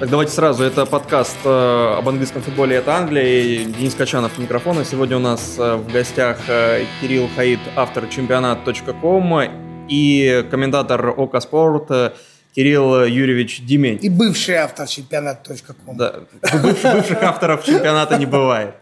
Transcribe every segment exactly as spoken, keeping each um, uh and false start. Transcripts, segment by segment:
Так, давайте сразу. Это подкаст э, об английском футболе «Это Англия». И Денис Качанов у микрофона. Сегодня у нас э, в гостях э, Кирилл Хаид, автор чемпионат точка ком, и комментатор ОК Спорт э, Кирилл Юрьевич Демень. И бывший автор чемпионат точка ком. Да, бывших, бывших авторов чемпионата не бывает.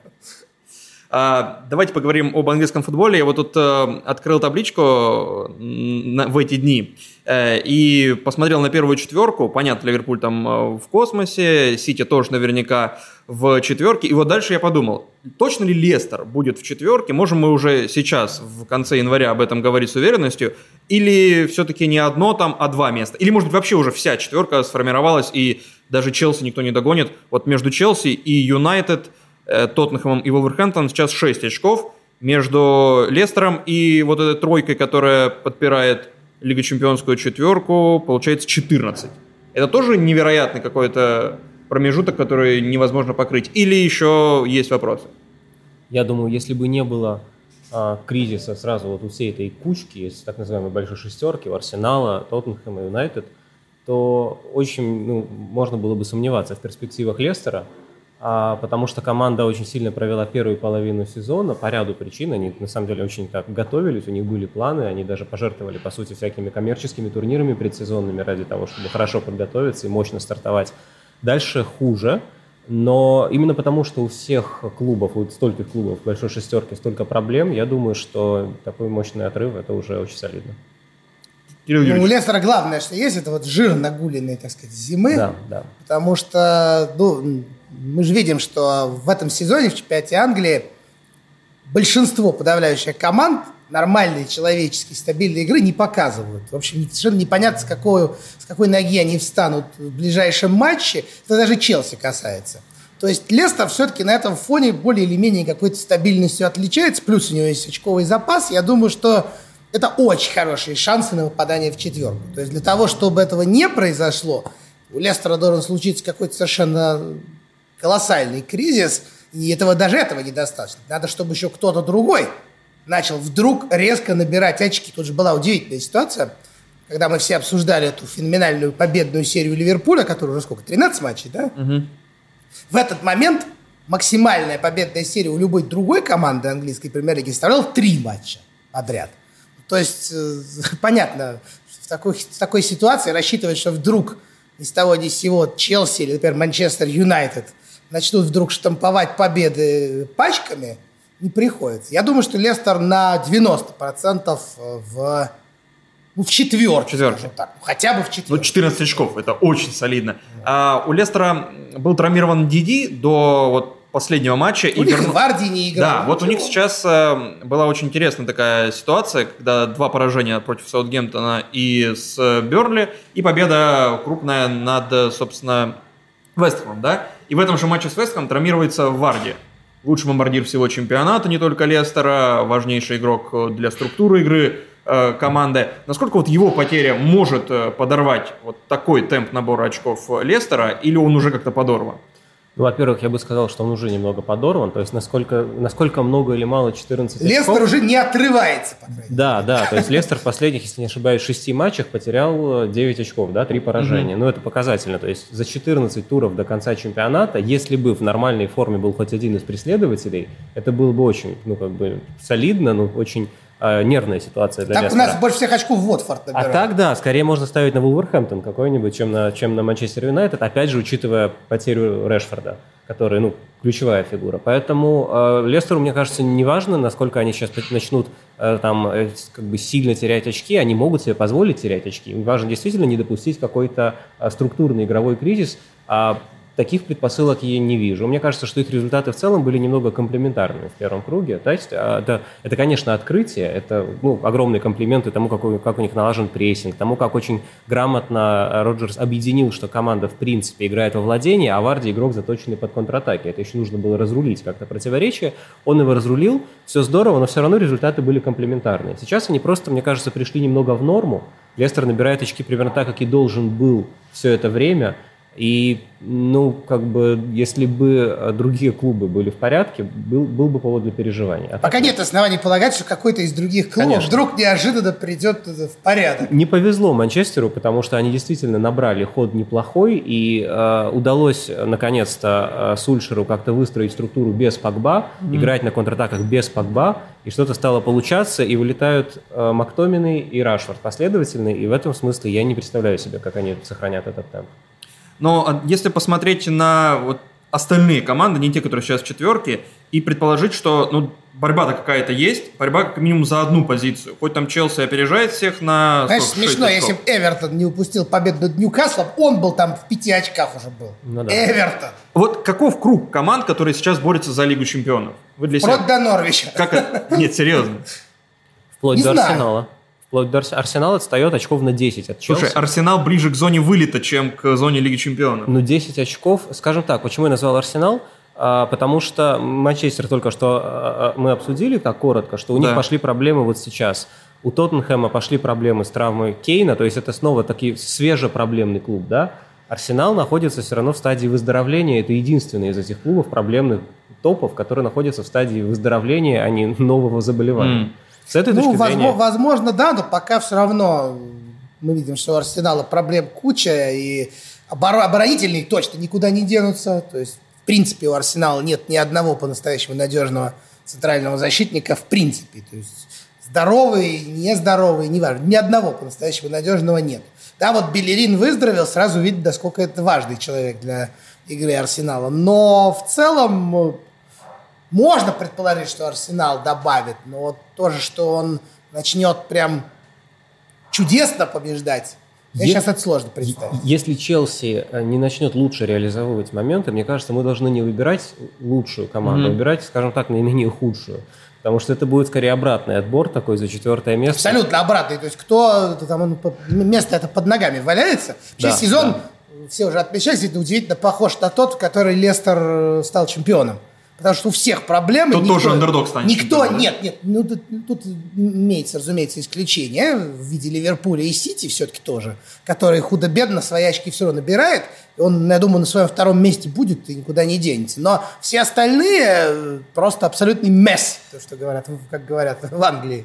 А, давайте поговорим об английском футболе. Я вот тут э, открыл табличку на, в эти дни э, и посмотрел на первую четверку. Понятно, Ливерпуль там э, в космосе, Сити тоже наверняка в четверке. И вот дальше я подумал, точно ли Лестер будет в четверке? Можем мы уже сейчас, в конце января, об этом говорить с уверенностью? Или все-таки не одно там, а два места? Или, может быть, вообще уже вся четверка сформировалась, и даже Челси никто не догонит? Вот между Челси и Юнайтед, Тоттенхэмом и Вулверхэмптоном сейчас шесть очков. Между Лестером и вот этой тройкой, которая подпирает Лигу Чемпионскую четверку, получается четырнадцать. Это тоже невероятный какой-то промежуток, который невозможно покрыть. Или еще есть вопросы? Я думаю, если бы не было а, кризиса сразу вот у всей этой кучки из так называемой большой шестерки, у Арсенала, Тоттенхэма и Юнайтед, то очень ну, можно было бы сомневаться в перспективах Лестера. А, потому что команда очень сильно провела первую половину сезона по ряду причин. Они на самом деле очень так готовились, у них были планы, они даже пожертвовали, по сути, всякими коммерческими турнирами предсезонными ради того, чтобы хорошо подготовиться и мощно стартовать. Дальше хуже, но именно потому, что у всех клубов, у стольких клубов в большой шестерке столько проблем, я думаю, что такой мощный отрыв – это уже очень солидно. Ну, у Лестера главное, что есть, это вот жир нагуленный, так сказать, зимы. Да, да. Потому что, ну, мы же видим, что в этом сезоне в чемпионате Англии большинство подавляющих команд нормальной, человеческой, стабильной игры не показывают. В общем, совершенно непонятно, с какой, с какой ноги они встанут в ближайшем матче. Это даже Челси касается. То есть Лестер все-таки на этом фоне более или менее какой-то стабильностью отличается. Плюс у него есть очковый запас. Я думаю, что это очень хорошие шансы на попадание в четверку. То есть для того, чтобы этого не произошло, у Лестера должен случиться какой-то совершенно колоссальный кризис, и этого даже этого недостаточно. Надо, чтобы еще кто-то другой начал вдруг резко набирать очки. Тут же была удивительная ситуация, когда мы все обсуждали эту феноменальную победную серию Ливерпуля, которая уже сколько, тринадцать матчей, да? Угу. В этот момент максимальная победная серия у любой другой команды английской премьер-лиги составляла три матча подряд. То есть, понятно, в такой, в такой ситуации рассчитывать, что вдруг ни с того ни с сего Челси или, например, Манчестер Юнайтед начнут вдруг штамповать победы пачками, не приходится. Я думаю, что Лестер на девяносто процентов в, ну, в четверке, скажем так. Хотя бы в четверке. Ну, четырнадцать очков, это очень солидно. А, у Лестера был травмирован Диди до вот последнего матча. У и них верну... Варди не играл. Да, вот у них сейчас э, была очень интересная такая ситуация, когда два поражения против Саутгемптона и с Бернли, и победа крупная над, собственно, Вестхэмом, да? И в этом же матче с Вестхэмом травмируется Варди. Лучший бомбардир всего чемпионата, не только Лестера, важнейший игрок для структуры игры э, команды. Насколько вот его потеря может э, подорвать вот такой темп набора очков Лестера, или он уже как-то подорван? Ну, во-первых, я бы сказал, что он уже немного подорван. То есть, насколько, насколько много или мало четырнадцать очков. Лестер уже не отрывается, по крайней мере. Да, да. То есть, Лестер в последних, если не ошибаюсь, шести матчах потерял девять очков, да, три поражения. Mm-hmm. Ну, это показательно. То есть, за четырнадцать туров до конца чемпионата, если бы в нормальной форме был хоть один из преследователей, это было бы очень, ну, как бы, солидно, но очень э, нервная ситуация для так Лестера. Так у нас больше всех очков Уотфорд набирает. А так, да, скорее можно ставить на Вулверхэмптон какой-нибудь, чем на, чем на Манчестер Юнайтед, опять же, учитывая потерю Решфорда, который, ну, ключевая фигура. Поэтому э, Лестеру, мне кажется, не важно, насколько они сейчас начнут э, там, э, как бы сильно терять очки, они могут себе позволить терять очки. Им важно действительно не допустить какой-то э, структурный игровой кризис, а таких предпосылок я не вижу. Мне кажется, что их результаты в целом были немного комплементарными в первом круге. То есть это, это конечно, открытие, это, ну, огромные комплименты тому, как у, как у них налажен прессинг, тому, как очень грамотно Роджерс объединил, что команда в принципе играет во владение, а Варди игрок, заточенный под контратаки. Это еще нужно было разрулить как-то противоречие. Он его разрулил, все здорово, но все равно результаты были комплементарные. Сейчас они просто, мне кажется, пришли немного в норму. Лестер набирает очки примерно так, как и должен был все это время. И, ну, как бы, если бы другие клубы были в порядке, был, был бы повод для переживаний. А Пока так, нет оснований полагать, что какой-то из других клубов Конечно. вдруг неожиданно придет в порядок. Не повезло Манчестеру, потому что они действительно набрали ход неплохой, и э, удалось наконец-то э, Сульшеру как-то выстроить структуру без Погба, mm-hmm. играть на контратаках без Погба, и что-то стало получаться, и вылетают э, Мактоминой и Рашфорд последовательно, и в этом смысле я не представляю себе, как они сохранят этот темп. Но если посмотреть на вот остальные команды, не те, которые сейчас в четверке, и предположить, что ну, борьба-то какая-то есть, борьба как минимум за одну позицию. Хоть там Челси опережает всех на... Знаешь, смешно, если бы Эвертон не упустил победу над Ньюкаслом, он был там в пяти очках уже был. Ну, да. Эвертон. Вот каков круг команд, которые сейчас борются за Лигу Чемпионов? Вы для себя... Вплоть до Норвича. Как это? Нет, серьезно. Вплоть Не до знаю. Арсенала. Вплоть до Арс- Арсенал отстает очков на десять от Челси. Слушай, Арсенал ближе к зоне вылета, чем к зоне Лиги Чемпионов. Ну, десять очков, скажем так, почему я назвал Арсенал? А, потому что Манчестер только что а, мы обсудили так коротко, что у них Да. пошли проблемы вот сейчас. У Тоттенхэма пошли проблемы с травмой Кейна, то есть это снова такой свежепроблемный клуб, да? Арсенал находится все равно в стадии выздоровления, это единственный из этих клубов проблемных топов, который находится в стадии выздоровления, а не нового заболевания. Mm. С этой Ну, точки возможно, зрения... возможно, да, но пока все равно мы видим, что у Арсенала проблем куча, и обор- оборонительные точно никуда не денутся. То есть, в принципе, у Арсенала нет ни одного по-настоящему надежного центрального защитника, в принципе. То есть, здоровый, нездоровый, неважно, ни одного по-настоящему надежного нет. Да, вот Белерин выздоровел, сразу видно, насколько это важный человек для игры Арсенала. Но в целом... Можно предположить, что Арсенал добавит, но вот тоже, что он начнет прям чудесно побеждать, мне Е- сейчас это сложно представить. Если Челси не начнет лучше реализовывать моменты, мне кажется, мы должны не выбирать лучшую команду, а Mm-hmm. выбирать, скажем так, наименее худшую. Потому что это будет скорее обратный отбор такой за четвертое место. Абсолютно обратный. То есть кто там он, место это под ногами валяется. Вообще Да, сезон, да. все уже отмечали, это удивительно похож на тот, в который Лестер стал чемпионом. Потому что у всех проблемы... Тут никто, тоже андердог станет Никто, чемпионом, да? нет, нет, ну тут, тут имеется, разумеется, исключение в виде Ливерпуля и Сити все-таки тоже, который худо-бедно свои очки все равно набирает. Он, я думаю, на своем втором месте будет и никуда не денется. Но все остальные просто абсолютный месс, то, что говорят, как говорят в Англии.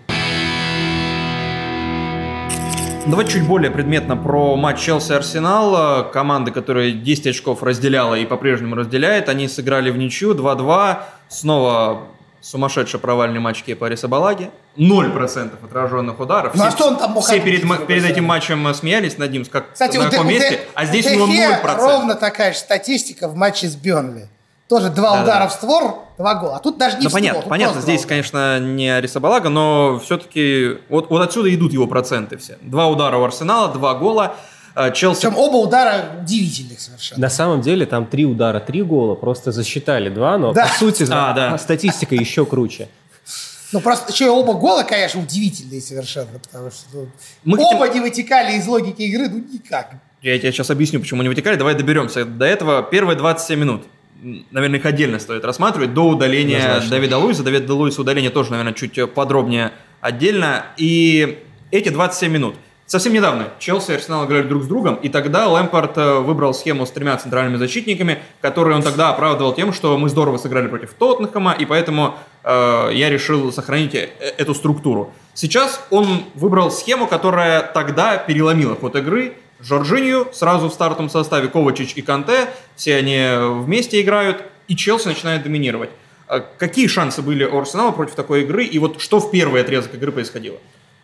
Давайте чуть более предметно про матч Челси-Арсенал. Команды, которые десять очков разделяла и по-прежнему разделяет, они сыграли в ничью два-два. Снова сумасшедший провальный матч Кепа Арризабалаги. ноль процентов отраженных ударов. Ну, все а что он там мог все отбить, перед, с перед другой этим стороны? матчем смеялись над ним, как Кстати, на у каком Де- месте, Де- а здесь у у него Дехе ноль процентов. ровно такая же статистика в матче с Бернли. Тоже два Да-да. удара в створ, два гола. А тут даже не Ну, в створ. понятно, тут понятно, просто здесь, два конечно, не Арризабалага, но все-таки вот, вот отсюда идут его проценты все. Два удара у Арсенала, два гола. А, Челси... Причем оба удара удивительных совершенно. На самом деле там три удара, три гола, просто засчитали два, но Да. по сути А, да. статистика еще круче. Ну, просто еще и оба гола, конечно, удивительные совершенно, потому что ну, Мы оба хотим- не вытекали из логики игры, ну, никак. Я тебе сейчас объясню, почему не вытекали. Давай доберемся до этого. Первые двадцать семь минут. Наверное, их отдельно стоит рассматривать. До удаления Однозначно. Давида Луиза. Давида Луиза удаление тоже, наверное, чуть подробнее отдельно. И эти двадцать семь минут. Совсем недавно Челси и Арсенал играли друг с другом, и тогда Лэмпард э, выбрал схему с тремя центральными защитниками, которые он тогда оправдывал тем, что мы здорово сыграли против Тоттенхэма, и поэтому э, я решил сохранить э- эту структуру. Сейчас он выбрал схему, которая тогда переломила ход игры. Жоржинью сразу в стартовом составе, Ковачич и Канте, все они вместе играют, и Челси начинает доминировать. Э, Какие шансы были у Арсенала против такой игры, и вот что в первый отрезок игры происходило?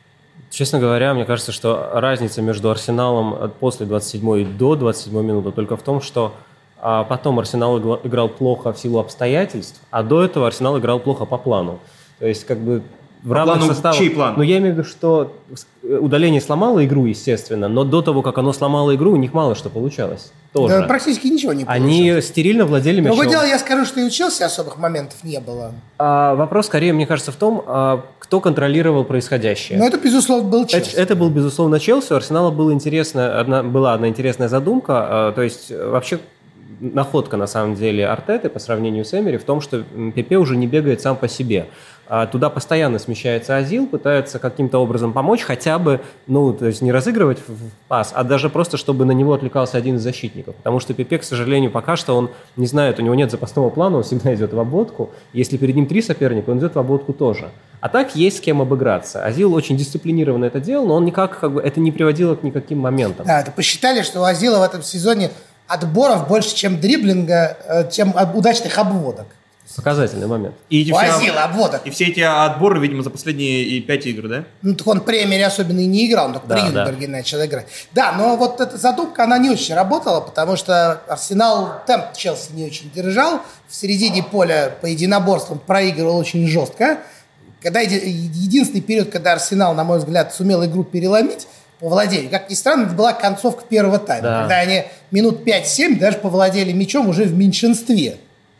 Честно говоря, мне кажется, что разница между Арсеналом от после двадцать седьмой до двадцать седьмой минуты только в том, что а, потом Арсенал игла- играл плохо в силу обстоятельств, а до этого Арсенал играл плохо по плану. То есть как бы в По равных плану составах... чей план? Ну, я имею в виду, что удаление сломало игру, естественно, но до того, как оно сломало игру, у них мало что получалось. Тоже. Да, практически ничего не получилось. Они стерильно владели мячом. Другое дело, я скажу, что и у Челси особых моментов не было. А, вопрос скорее, мне кажется, в том, а, кто контролировал происходящее. Но это, безусловно, был Это, Челси. это был, безусловно, Челси. У Арсенала была интересная, одна, была одна интересная задумка. а, То есть, э, вообще, находка, на самом деле, Артеты по сравнению с Эмери в том, что м, Пепе уже не бегает сам по себе. Туда постоянно смещается Озил, пытается каким-то образом помочь, хотя бы, ну, то есть не разыгрывать в пас, а даже просто, чтобы на него отвлекался один из защитников. Потому что Пепе, к сожалению, пока что он не знает, у него нет запасного плана, он всегда идет в обводку. Если перед ним три соперника, он идет в обводку тоже. А так есть с кем обыграться. Озил очень дисциплинированно это делал, но он никак, как бы, это не приводило к никаким моментам. Да, это посчитали, что у Озила в этом сезоне отборов больше, чем дриблинга, чем удачных обводок. Показательный момент. И эти, все, обводок. И все эти отборы, видимо, за последние пять игр, да? Ну, так он в премьере особенно и не играл, он только да, при Юнберге да. начал играть. Да, но вот эта задумка, она не очень работала, потому что Арсенал темп Челси не очень держал. В середине поля по единоборствам проигрывал очень жестко. Когда единственный период, когда Арсенал, на мой взгляд, сумел игру переломить по владению, как ни странно, это была концовка первого тайма, да. когда они минут пять-семь даже повладели мячом уже в меньшинстве.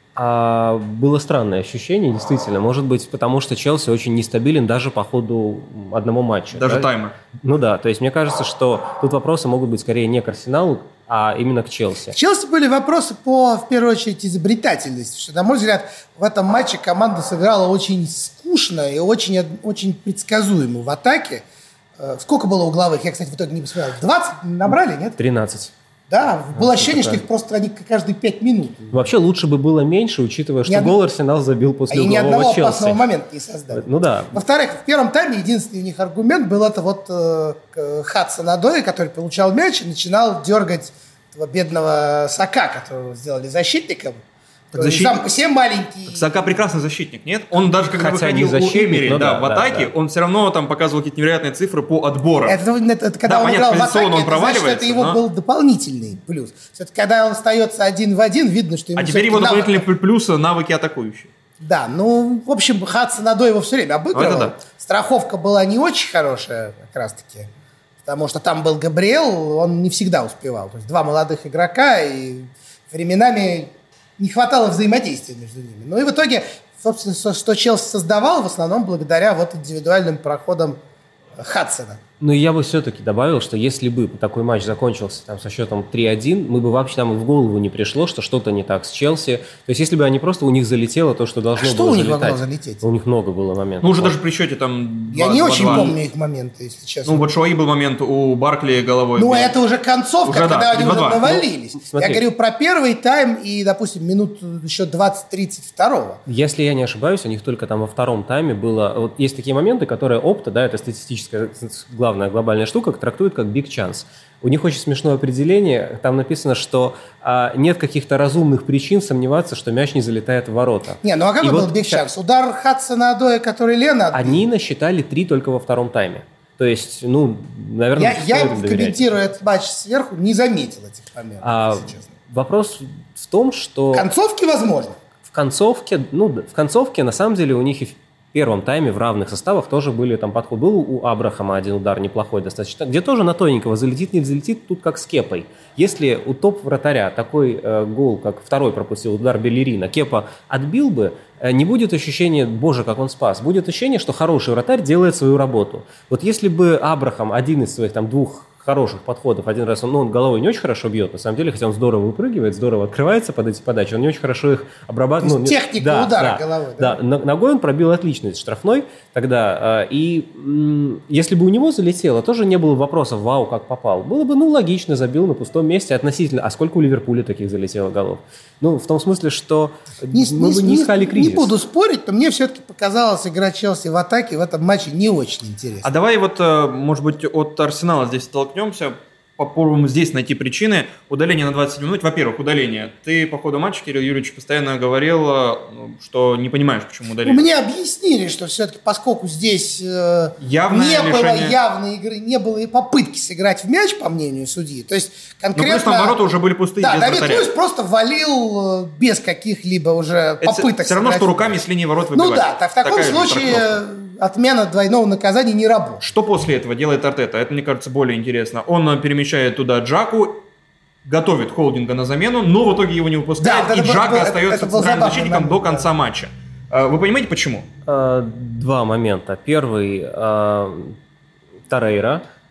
А было странное ощущение, действительно. Может быть, потому что Челси очень нестабилен даже по ходу одного матча. Даже да? тайма. Ну да, то есть мне кажется, что тут вопросы могут быть скорее не к Арсеналу, а именно к Челси. К Челси были вопросы по, в первую очередь, изобретательности. Что, на мой взгляд, в этом матче команда сыграла очень скучно и очень, очень предсказуемо в атаке. Сколько было угловых? Я, кстати, в итоге не посмотрел. двадцать набрали, нет? тринадцать. Да, было ощущение, что их просто они каждые пять минут. Вообще лучше бы было меньше, учитывая, что ни гол Арсенал забил после а углового Челси. И ни одного опасного момента не создали. Ну да. Во-вторых, в первом тайме единственный у них аргумент был это вот э, Хадсон-Одой, который получал мяч и начинал дергать этого бедного Сака, которого сделали защитником. Защит... Сам по себе маленький. Сака прекрасный защитник, нет? Он даже когда выходил у Эмери да, да, в атаке, да, да. он все равно там показывал какие-то невероятные цифры по отборам. Это, это, это когда да, он понятно, играл в атаке, он это значит, что это его но... был дополнительный плюс. Все-таки когда он остается один в один, видно, что ему А теперь его навык... дополнительный плюс навыки атакующие. Да, ну, в общем, Хадсон-Одой его все время обыгрывал. Да. Страховка была не очень хорошая, как раз-таки. Потому что там был Габриэл, он не всегда успевал. То есть два молодых игрока, и временами не хватало взаимодействия между ними. Ну и в итоге, собственно, что Челси создавал, в основном благодаря вот индивидуальным проходам Хадсона. Ну, я бы все-таки добавил, что если бы такой матч закончился там, со счетом три один, мы бы вообще там и в голову не пришло, что что-то не так с Челси. То есть, если бы они просто у них залетело то, что должно а было залетать. Что у них могло залететь? У них много было моментов. Ну, уже даже при счете там Я не очень помню их моменты, если честно. Ну, вот Шуаи был момент у Баркли головой. Ну, это уже концовка, уже, когда да, они уже навалились. Ну, я говорю про первый тайм и, допустим, минут еще двадцать-тридцать второго. Если я не ошибаюсь, у них только там во втором тайме было... Вот есть такие моменты, которые опта, да, это статистическая главная глобальная штука, трактуют как big chance. У них очень смешное определение. Там написано, что а, нет каких-то разумных причин сомневаться, что мяч не залетает в ворота. Не, ну а какой был вот big chance? Удар Хадсона-Одоя, который Лена отбил? Они насчитали три только во втором тайме. То есть, ну, наверное... Я, я комментируя этот матч сверху, не заметил этих моментов, а, если честно. Вопрос в том, что... В концовке возможно. В концовке, ну, в концовке, на самом деле, у них и в первом тайме в равных составах тоже были там подходы. Был у Абрахама один удар неплохой достаточно, где тоже на тоненького залетит, не залетит, тут как с Кепой. Если у топ-вратаря такой э, гол, как второй пропустил удар Беллерина, Кепа отбил бы, э, не будет ощущения, боже, как он спас. Будет ощущение, что хороший вратарь делает свою работу. Вот если бы Абрахам один из своих там двух хороших подходов. Один раз он, ну, он головой не очень хорошо бьет, на самом деле, хотя он здорово выпрыгивает, здорово открывается под эти подачи, он не очень хорошо их обрабатывает. Ну, техника да, удара да, головой. Да, да, ногой он пробил отлично из штрафной тогда, и м- если бы у него залетело, тоже не было вопросов, вау, как попал. Было бы, ну, логично, забил на пустом месте относительно, а сколько у Ливерпуля таких залетело голов? Ну, в том смысле, что не, мы не, бы не искали кризис. Не буду спорить, но мне все-таки показалось, игра Челси в атаке в этом матче не очень интересно. А давай вот, может быть, от Арсенала здесь столкнемся. Попробуем здесь найти причины. Удаление на двадцать минут. Во-первых, удаление. Ты по ходу матча, Кирилл Юрьевич, постоянно говорил, что не понимаешь, почему удаление. Мне объяснили, что все-таки, поскольку здесь э, Явное не лишение... было явной игры, не было и попытки сыграть в мяч, по мнению судьи. То есть конкретно... Ну, плюс там ворота уже были пустые, да, без Давид вратаря. Луис просто валил без каких-либо уже попыток. Это все равно, что руками с линии ворот выбивать. Ну да, так, в таком Такая случае отмена двойного наказания не работает. Что после этого делает Артета? Это, мне кажется, более интересно. Он перемещает туда Джаку, готовит Холдинга на замену, но в итоге его не выпускает, да, и Джака был, остается центральным защитником момент, до конца да. матча. Вы понимаете, почему? Два момента. Первый, Торрейра.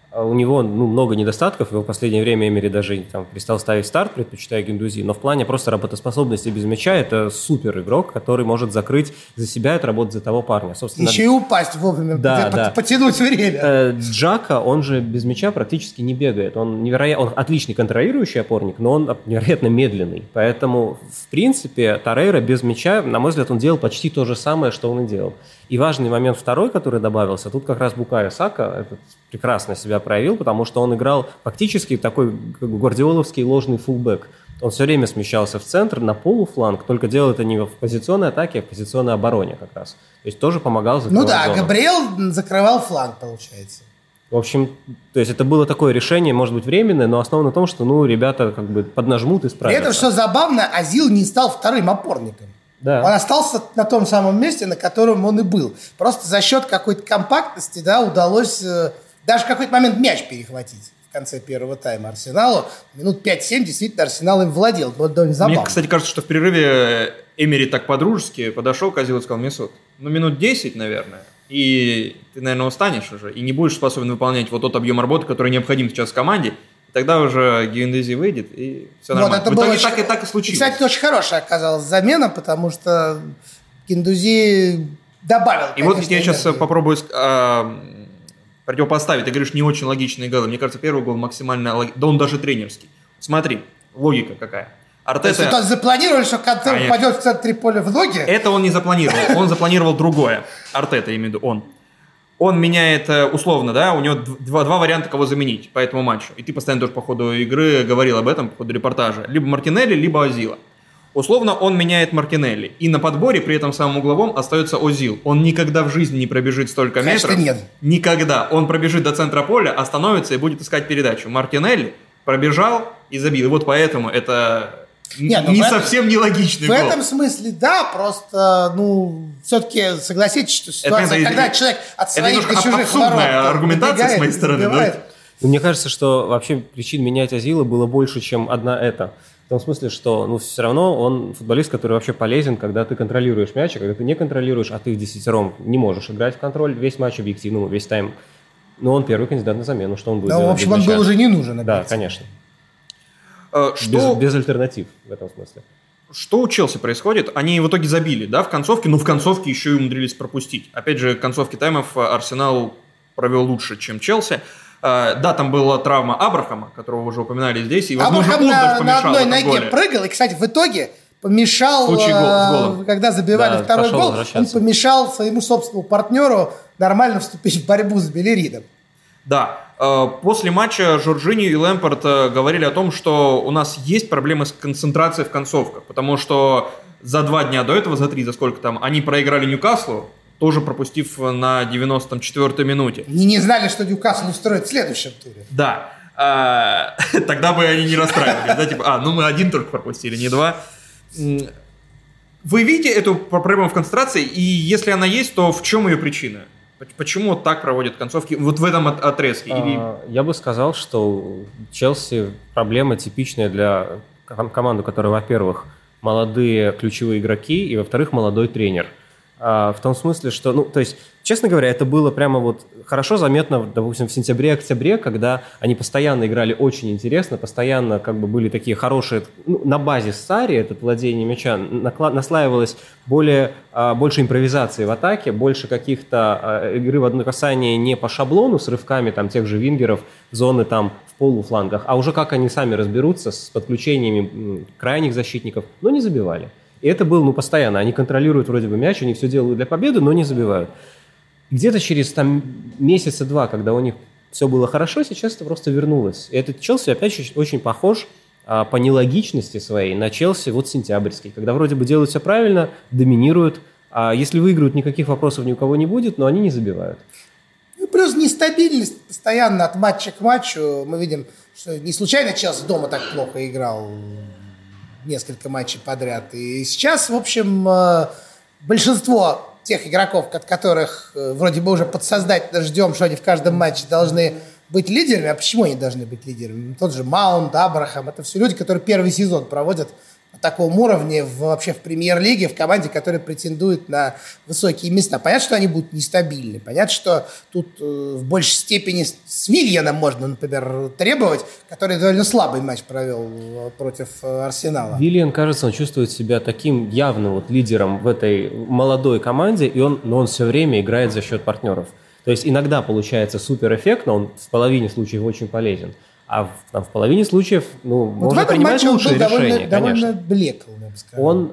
У него ну, много недостатков, его в последнее время Эмери даже там, перестал ставить старт, предпочитая Гендузи, но в плане просто работоспособности без мяча это супер игрок, который может закрыть за себя и отработать за того парня. Собственно, еще и упасть вовремя, да, да. потянуть время. Джака, он же без мяча практически не бегает. Он, невероятно, он отличный контролирующий опорник, но он невероятно медленный. Поэтому, в принципе, Торрейра без мяча, на мой взгляд, он делал почти то же самое, что он и делал. И важный момент второй, который добавился, тут как раз Букайо Сака этот прекрасно себя проявил, потому что он играл фактически такой как бы гвардиоловский ложный фулбэк. Он все время смещался в центр, на полуфланг, только делал это не в позиционной атаке, а в позиционной обороне как раз. То есть тоже помогал закрывать Ну да, зону. Габриэл закрывал фланг, получается. В общем, то есть это было такое решение, может быть, временное, но основано на том, что ну, ребята как бы поднажмут и справятся. При этом, что забавно, Азил не стал вторым опорником. Да. Он остался на том самом месте, на котором он и был. Просто за счет какой-то компактности, да, удалось э, даже в какой-то момент мяч перехватить в конце первого тайма Арсеналу. Минут пять-семь действительно Арсенал им владел. Вот довольно забавно. Мне, кстати, кажется, что в перерыве Эмери так по-дружески подошел к Азилу и сказал: Месут, ну минут десять, наверное, и ты, наверное, устанешь уже, и не будешь способен выполнять вот тот объем работы, который необходим сейчас в команде. Тогда уже Гендузи выйдет, и все вот нормально. Это в итоге очень... так и так и случилось. И, кстати, это очень хорошая оказалась замена, потому что Гендузи добавил. И вот я сейчас попробую а, противопоставить. Ты говоришь, не очень логичные голы. Мне кажется, первый гол максимально логичный. Да он даже тренерский. Смотри, логика какая. Артета... То есть это запланировали, что Канте упадет в центре поля в ноги? Это он не запланировал. Он запланировал другое. Артета, я имею в виду, он. Он меняет условно, да, у него два, два варианта, кого заменить по этому матчу. И ты постоянно тоже по ходу игры говорил об этом, по ходу репортажа. Либо Мартинелли, либо Озила. Условно он меняет Мартинелли. И на подборе при этом самом угловом остается Озил. Он никогда в жизни не пробежит столько Конечно, метров. нет. Никогда. Он пробежит до центра поля, остановится и будет искать передачу. Мартинелли пробежал и забил. И вот поэтому это... Нет, ну не этом, совсем нелогичный в гол. В этом смысле, да, просто, ну, все-таки согласитесь, что ситуация, это, когда это, человек от своих до чужих ворот аргументация с моей стороны. Да? Мне кажется, что вообще причин менять Азила было больше, чем одна эта. В том смысле, что ну, все равно он футболист, который вообще полезен, когда ты контролируешь мяч, а когда ты не контролируешь, а ты в десятером не можешь играть в контроль весь матч объективно, весь тайм. Но он первый кандидат на замену, что он будет делать? Да, в общем, он был уже не нужен. Опять. Да, конечно. Что, без, без альтернатив в этом смысле. Что у Челси происходит? Они в итоге забили, да, в концовке, но в концовке еще и умудрились пропустить. Опять же, концовки таймов Арсенал провел лучше, чем Челси. Да, там была травма Абрахама, которого уже упоминали здесь. И, возможно, Абрахам он на, даже помешал на одной в ноге голе. прыгал, и, кстати, в итоге помешал, гол, с голом. Когда забивали да, второй гол, он помешал своему собственному партнеру нормально вступить в борьбу с Белеридом. Да, после матча Жоржиньо и Лэмпард говорили о том, что у нас есть проблемы с концентрацией в концовках, потому что за два дня до этого, за три, за сколько там, они проиграли Ньюкаслу, тоже пропустив на девяносто четвёртой минуте. Они не знали, что Ньюкасл устроит в следующем туре. Да, а, тогда бы они не расстраивались, да, типа, а, ну мы один только пропустили, не два. Вы видите эту проблему в концентрации, и если она есть, то в чем ее причина? Почему так проводят концовки вот в этом отрезке? Или... Я бы сказал, что Челси проблема типичная для команды, которая, во-первых, молодые ключевые игроки, и, во-вторых, молодой тренер. В том смысле, что, ну, то есть, честно говоря, это было прямо вот хорошо заметно, допустим, в сентябре-октябре, когда они постоянно играли очень интересно, постоянно как бы были такие хорошие, ну, на базе Сарри, это владение мяча, наслаивалось более, больше импровизации в атаке, больше каких-то игры в одно касание не по шаблону с рывками там тех же вингеров, зоны там в полуфлангах, а уже как они сами разберутся с подключениями крайних защитников, но не забивали. И это было, ну, постоянно. Они контролируют вроде бы мяч, они все делают для победы, но не забивают. Где-то через там месяца два, когда у них все было хорошо, сейчас это просто вернулось. И этот Челси опять очень похож а, по нелогичности своей на Челси вот сентябрьский, когда вроде бы делают все правильно, доминируют, а если выиграют, никаких вопросов ни у кого не будет, но они не забивают. Ну, плюс нестабильность постоянно от матча к матчу. Мы видим, что не случайно Челси дома так плохо играл несколько матчей подряд. И сейчас, в общем, большинство тех игроков, от которых вроде бы уже подсознательно ждем, что они в каждом матче должны быть лидерами. А почему они должны быть лидерами? Тот же Маунт, Абрахам, это все люди, которые первый сезон проводят на на таком уровне в, вообще в премьер-лиге, в команде, которая претендует на высокие места. Понятно, что они будут нестабильны. Понятно, что тут э, в большей степени с Вильяном можно, например, требовать, который довольно слабый матч провел против э, Арсенала. Вильян, кажется, он чувствует себя таким явным вот лидером в этой молодой команде, и он, но он все время играет за счет партнеров. То есть иногда получается суперэффектно, он в половине случаев очень полезен. А в, там, в половине случаев, ну, вот можно принимать лучшие решения, довольно, довольно блекл, я бы сказал. Он,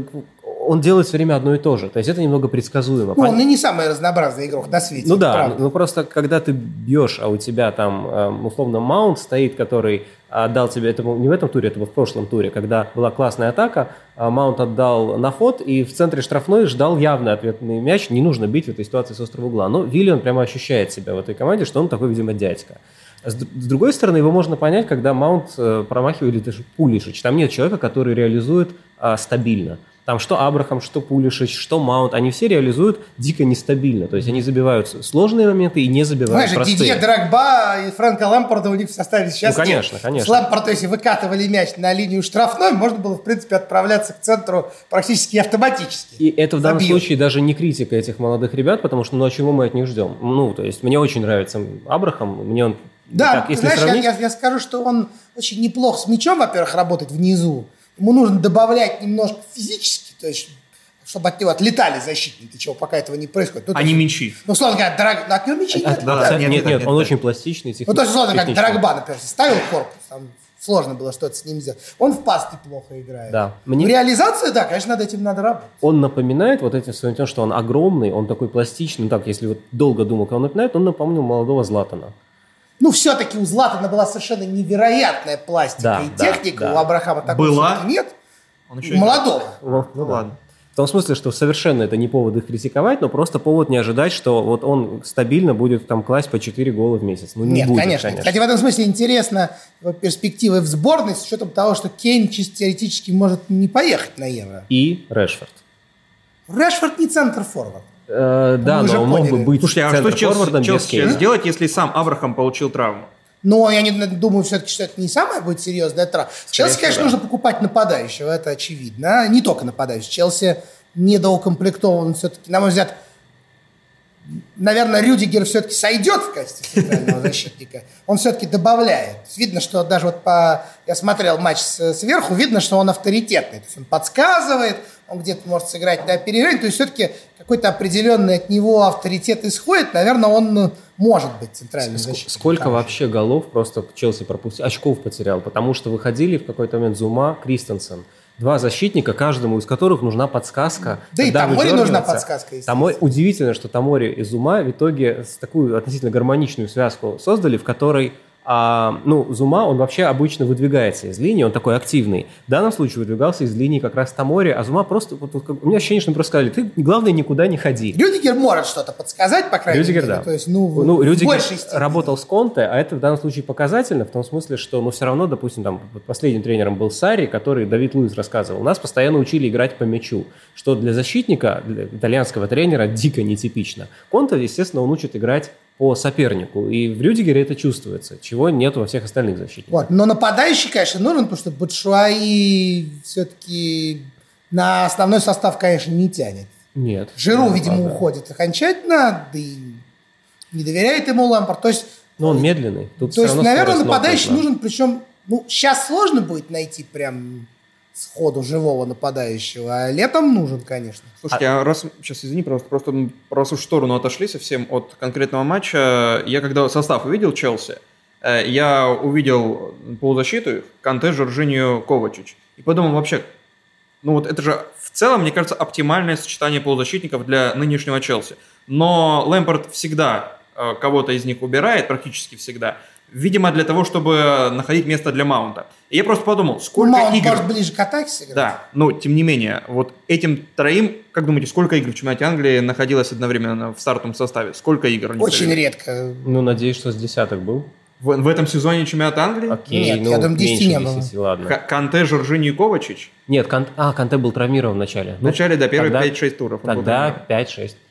он делает все время одно и то же. То есть это немного предсказуемо. Ну, он и не самый разнообразный игрок на свете. Ну да, правда. ну просто когда ты бьешь, а у тебя там, условно, маунт стоит, который отдал тебе, это не в этом туре, это было в прошлом туре, когда была классная атака, маунт отдал на ход, и в центре штрафной ждал явный ответный мяч. Не нужно бить в этой ситуации с острого угла. Но Вильян прямо ощущает себя в этой команде, что он такой, видимо, дядька. С другой стороны, его можно понять, когда маунт промахивает или даже Пулишич. Там нет человека, который реализует а, стабильно. Там что Абрахам, что Пулишич, что маунт, они все реализуют дико нестабильно. То есть они забивают сложные моменты и не забивают Знаешь, простые. Дидье Дрогба и Фрэнка Лампарда у них в составе сейчас Ну, конечно, нет. конечно. С Лампарда, если выкатывали мяч на линию штрафной, можно было, в принципе, отправляться к центру практически автоматически. И это в данном Забил. случае даже не критика этих молодых ребят, потому что ну а чего мы от них ждем? Ну, то есть мне очень нравится Абрахам, мне он... Да, так, если знаешь, сравнить... я, я, я скажу, что он очень неплох с мячом, во-первых, работает внизу. Ему нужно добавлять немножко физически, то есть чтобы от него отлетали защитники, чего пока этого не происходит. Ну, Они есть, мячи. Ну, условно говоря, драг... ну, от него мячи А, нет. да, да, нет, нет, нет, нет, нет, он нет. очень пластичный, техни... Ну, то есть, условно, как техничный. Дрогба, например, ставил корпус, там сложно было что-то с ним сделать. Он в пас неплохо играет. Да. Мне- В реализации, да, конечно, над этим надо работать. Он напоминает вот этим своим тем, что он огромный, он такой пластичный. Ну, так, если вот долго думал, кого он напоминает, он напомнил молодого Златана. Ну, все-таки у Златана была совершенно невероятная пластика Да, и да, техника. да. У Абрахама такой Была? все-таки нет. Он еще У молодого. Ну, Ну да. ладно. В том смысле, что совершенно это не повод их критиковать, но просто повод не ожидать, что вот он стабильно будет там класть по четыре гола в месяц. Ну, не Нет, будет, конечно. конечно. Кстати, в этом смысле интересно перспективы в сборной с учетом того, что Кейн чисто теоретически может не поехать на Евро. И Решфорд. Решфорд не центр-форвард. Э, да, Мы уже но он мог поняли. бы быть Слушайте, а что центр-форвардом Челси, без Челси Кейна. сейчас делать, если сам Абрахам получил травму? Но я не думаю все-таки, что это не самая будет серьезная травма. Челси, всего, конечно, да. нужно покупать нападающего, это очевидно. Не только нападающего. Челси недоукомплектован все-таки, на мой взгляд. Наверное, Рюдигер все-таки сойдет в качестве центрального защитника. Он все-таки добавляет. Видно, что даже вот по... Я смотрел матч с- сверху, видно, что он авторитетный. То есть он подсказывает, он где-то может сыграть на опережение. То есть все-таки какой-то определенный от него авторитет исходит. Наверное, он может быть центральным защитником. Сколько Хороший. вообще голов просто Челси пропустил, очков потерял, потому что выходили в какой-то момент Зума, Кристенсен. Два защитника, каждому из которых нужна подсказка. Да и когда Тамори нужна выдергиваться. подсказка, естественно. Тамори, удивительно, что Тамори и Зума в итоге с такую относительно гармоничную связку создали, в которой а, ну, Зума, он вообще обычно выдвигается из линии, он такой активный. В данном случае выдвигался из линии как раз Тамори, а Зума просто... Вот, вот, как- у меня ощущение, что мы просто сказали, ты, главное, никуда не ходи. Рюдигер может что-то подсказать, по крайней Рюдигер, мере. да. То есть, ну, в, Ну, в Рюдигер большей степени. работал с Конте, а это в данном случае показательно, в том смысле, что, ну, все равно, допустим, там, вот последним тренером был Сарри, который Давид Луис рассказывал. Нас постоянно учили играть по мячу, что для защитника, для итальянского тренера дико нетипично. Конте, естественно, он учит играть по сопернику, и в Рюдигере это чувствуется, чего нет во всех остальных защитниках. Вот. Но нападающий, конечно, нужен, потому что Батшуаи все-таки на основной состав, конечно, не тянет. Нет. Жиру, Ну, видимо, правда. уходит окончательно, да и не доверяет ему Лампард. То есть, Но он медленный. Тут то всё есть равно наверное, скорость нападающий нужна. нужен, причем, ну, сейчас сложно будет найти прям сходу живого нападающего, а летом нужен, конечно. Слушайте, а, раз, сейчас извини, просто, просто м, раз уж в сторону отошли совсем от конкретного матча, я когда состав увидел Челси, э, я увидел полузащиту Канте, Жоржиньо, Ковачич, и подумал вообще, ну вот это же в целом, мне кажется, оптимальное сочетание полузащитников для нынешнего Челси. Но Лэмпард всегда э, кого-то из них убирает, практически всегда, видимо, для того, чтобы находить место для Маунта. И я просто подумал, сколько Маунт игр... может ближе к атаке сыграть. Да, но тем не менее, вот этим троим, как думаете, сколько игр в чемпионате Англии находилось одновременно в стартовом составе? Сколько игр они Очень провели? редко. Ну, надеюсь, что с десяток был. В, в этом сезоне чемпионата Англии? Окей, Нет, ну, я думаю, десяти меньше не было. десяти, ладно. Ка- Канте, Жоржиньо и Ковачич? Нет, Канте, а, Канте был травмирован в начале. В начале, до первых тогда- пять-шесть туров. он был Тогда травмирован. пять-шесть.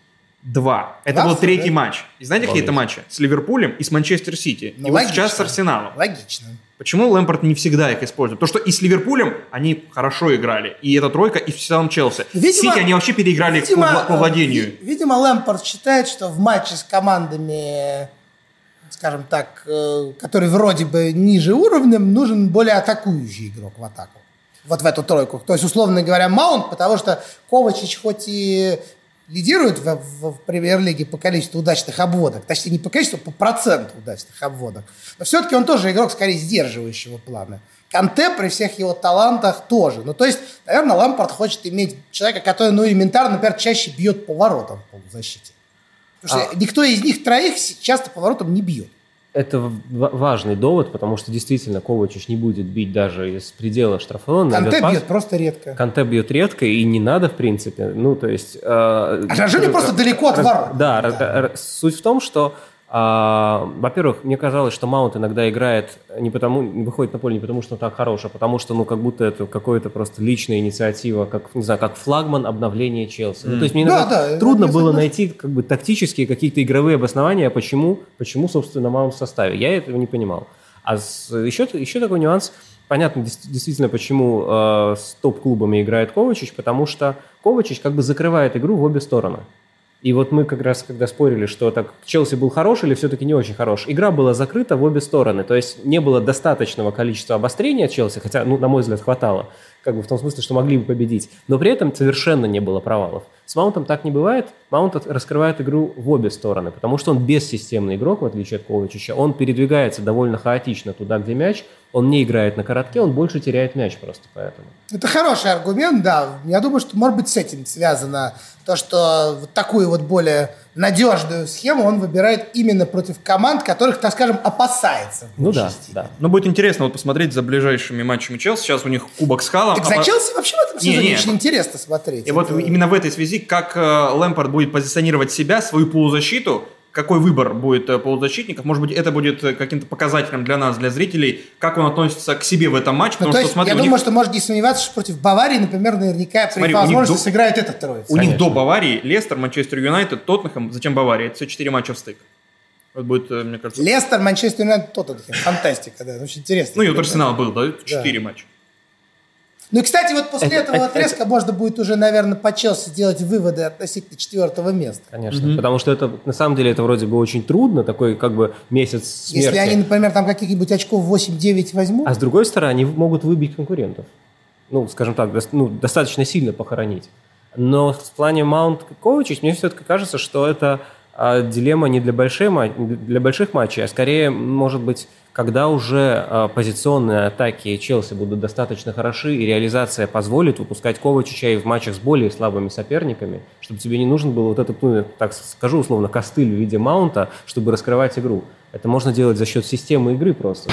Два. Это Два, был третий да? матч. И знаете, какие это матчи? С Ливерпулем и с Манчестер Сити. Ну, и логично. вот сейчас с Арсеналом. Логично. Почему Лэмпард не всегда их использует? Потому что и с Ливерпулем они хорошо играли. И эта тройка, и в целом Челси. Видимо, Сити они вообще переиграли видимо, по, по владению. ви- Видимо, Лэмпард считает, что в матче с командами, скажем так, э, которые вроде бы ниже уровнем, нужен более атакующий игрок в атаку. Вот в эту тройку. То есть, условно говоря, Маунт, потому что Ковачич хоть и лидирует в, в, в премьер-лиге по количеству удачных обводок, точнее, не по количеству, по проценту удачных обводок, но все-таки он тоже игрок скорее сдерживающего плана. Канте при всех его талантах тоже. Ну, то есть, наверное, Лэмпард хочет иметь человека, который, ну, элементарно, например, чаще бьет по воротам в полузащите. Потому что а. никто из них троих часто по воротам не бьет. Это в- важный довод, потому что действительно Ковачич не будет бить даже из предела штрафной. Канте бьет просто редко. Канте бьет редко, и не надо, в принципе. Ну, то есть... Э, а Жоржиньо просто далеко от ворот. Да, да. Суть в том, что, э, во-первых, мне казалось, что Маунт иногда играет не потому, выходит на поле не потому, что он так хорош, а потому что, ну, как будто это какая-то просто личная инициатива, как, не знаю, как флагман обновления Челси. Mm. Ну, то есть мне иногда да, да, трудно было согласен. найти как бы тактические какие-то игровые обоснования, почему, почему собственно, Маунт в составе. Я этого не понимал. А с, еще, еще такой нюанс. Понятно действительно, почему э, с топ-клубами играет Ковачич, потому что Ковачич как бы закрывает игру в обе стороны. И вот мы как раз, когда спорили, что так Челси был хорош или все-таки не очень хорош, игра была закрыта в обе стороны. То есть не было достаточного количества обострения Челси, хотя, ну, на мой взгляд, хватало. Как бы в том смысле, что могли бы победить. Но при этом совершенно не было провалов. С Маунтом так не бывает. Маунт раскрывает игру в обе стороны, потому что он бессистемный игрок, в отличие от Ковачича. Он передвигается довольно хаотично туда, где мяч. Он не играет на коротке, он больше теряет мяч просто поэтому. Это хороший аргумент, да. Я думаю, что, может быть, с этим связано то, что вот такую вот более надежную схему он выбирает именно против команд, которых, так скажем, опасается. Ну да, да. Ну, будет интересно вот посмотреть за ближайшими матчами Челси. Сейчас у них кубок с Халом. Так за Челси вообще в этом сезоне не, не. очень интересно смотреть. И это... вот именно в этой связи, как Лэмпард будет позиционировать себя, свою полузащиту, какой выбор будет полузащитников, может быть, это будет каким-то показателем для нас, для зрителей, как он относится к себе в этом матче. Ну, потому то что, есть, смотри, я них... думаю, что можно не сомневаться, что против Баварии, например, наверняка Смотри, при возможности до... сыграет этот троица. У Конечно. них до Баварии Лестер, Манчестер Юнайтед, Тоттенхэм, затем Бавария. Это все четыре матча в стык. Вот будет, мне кажется... Лестер, Манчестер Юнайтед, Тоттенхэм. Фантастика, да. Очень интересно. Ну и вот Арсенал был, да? Четыре Да. матча. Ну и, кстати, вот после Это- этого это- отрезка можно будет уже, наверное, по Челси делать выводы относительно четвертого места. Конечно, Мгм. потому что это, на самом деле, это вроде бы очень трудно, такой как бы месяц смерти. Если они, например, там каких-нибудь очков восемь-девять возьмут, А с другой стороны, они могут выбить конкурентов. Ну, скажем так, дос- ну, достаточно сильно похоронить. Но в плане Маунт Ковачич, мне все-таки кажется, что это а, дилемма не для, большой, ма- для больших матчей, а скорее, может быть, когда уже а, позиционные атаки Челси будут достаточно хороши, и реализация позволит выпускать Ковачича и в матчах с более слабыми соперниками, чтобы тебе не нужен был вот этот, ну, так скажу условно, костыль в виде Маунта, чтобы раскрывать игру. Это можно делать за счет системы игры просто.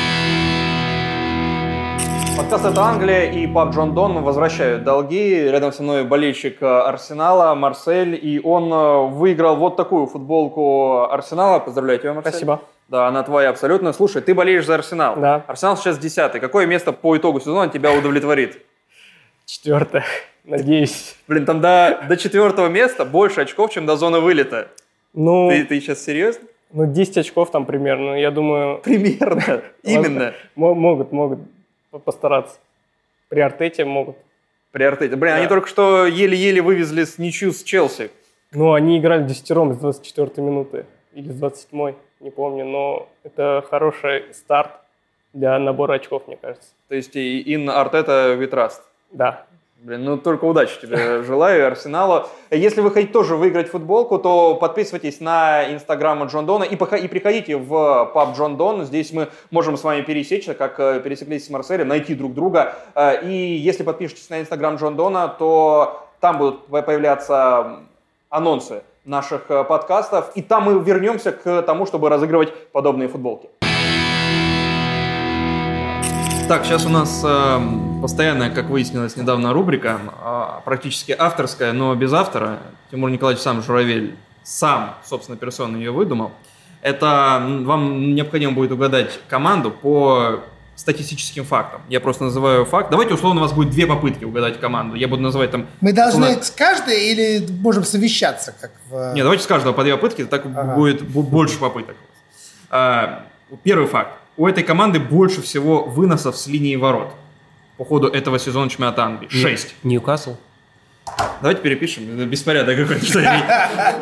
Подкаст «Это Англия» и паб Джон Дон возвращают долги. Рядом со мной болельщик Арсенала Марсель, и он выиграл вот такую футболку Арсенала. Поздравляю тебя, Марсель. Спасибо. Да, она твоя абсолютно. Слушай, ты болеешь за Арсенал. Да. Арсенал сейчас десятый. Какое место по итогу сезона тебя удовлетворит? Четвертое. Надеюсь. Блин, там до, до четвертого места больше очков, чем до зоны вылета. Ну, Ты, ты сейчас серьезно? ну, десять очков там примерно. Я думаю, Примерно. Именно. мо- могут, могут постараться. При Артете могут. При Артете. Блин, Да. они только что еле-еле вывезли с ничью с Челси. Ну, они играли десятером с двадцать четвёртой минуты. Или с двадцать седьмой, не помню. Но это хороший старт для набора очков, мне кажется. То есть и Ин Артета we trust. Да. Блин, ну только удачи тебе желаю, и Арсеналу. Если вы хотите тоже выиграть футболку, то подписывайтесь на инстаграм Джон Дона и, поха- и приходите в паб Джон Дон. Здесь мы можем с вами пересечься, как э, пересеклись с Марселем, найти друг друга. Э, И если подпишетесь на инстаграм Джон Дона, то там будут по- появляться анонсы наших э, подкастов. И там мы вернемся к тому, чтобы разыгрывать подобные футболки. Так, сейчас у нас э, постоянная, как выяснилось недавно, рубрика, э, практически авторская, но без автора. Тимур Николаевич сам Журавель, сам, собственно, персонально ее выдумал. Это м, вам необходимо будет угадать команду по статистическим фактом. Я просто называю факт. Давайте, условно, у вас будет две попытки угадать команду. Я буду называть там... Мы должны условно... с каждой или можем совещаться? Как в... Нет, давайте с каждого по две попытки, так ага. будет больше попыток. А, первый факт. У этой команды больше всего выносов с линии ворот по ходу этого сезона чемпионата Англии. Шесть. Ньюкасл. Давайте перепишем. Беспорядок какой-то.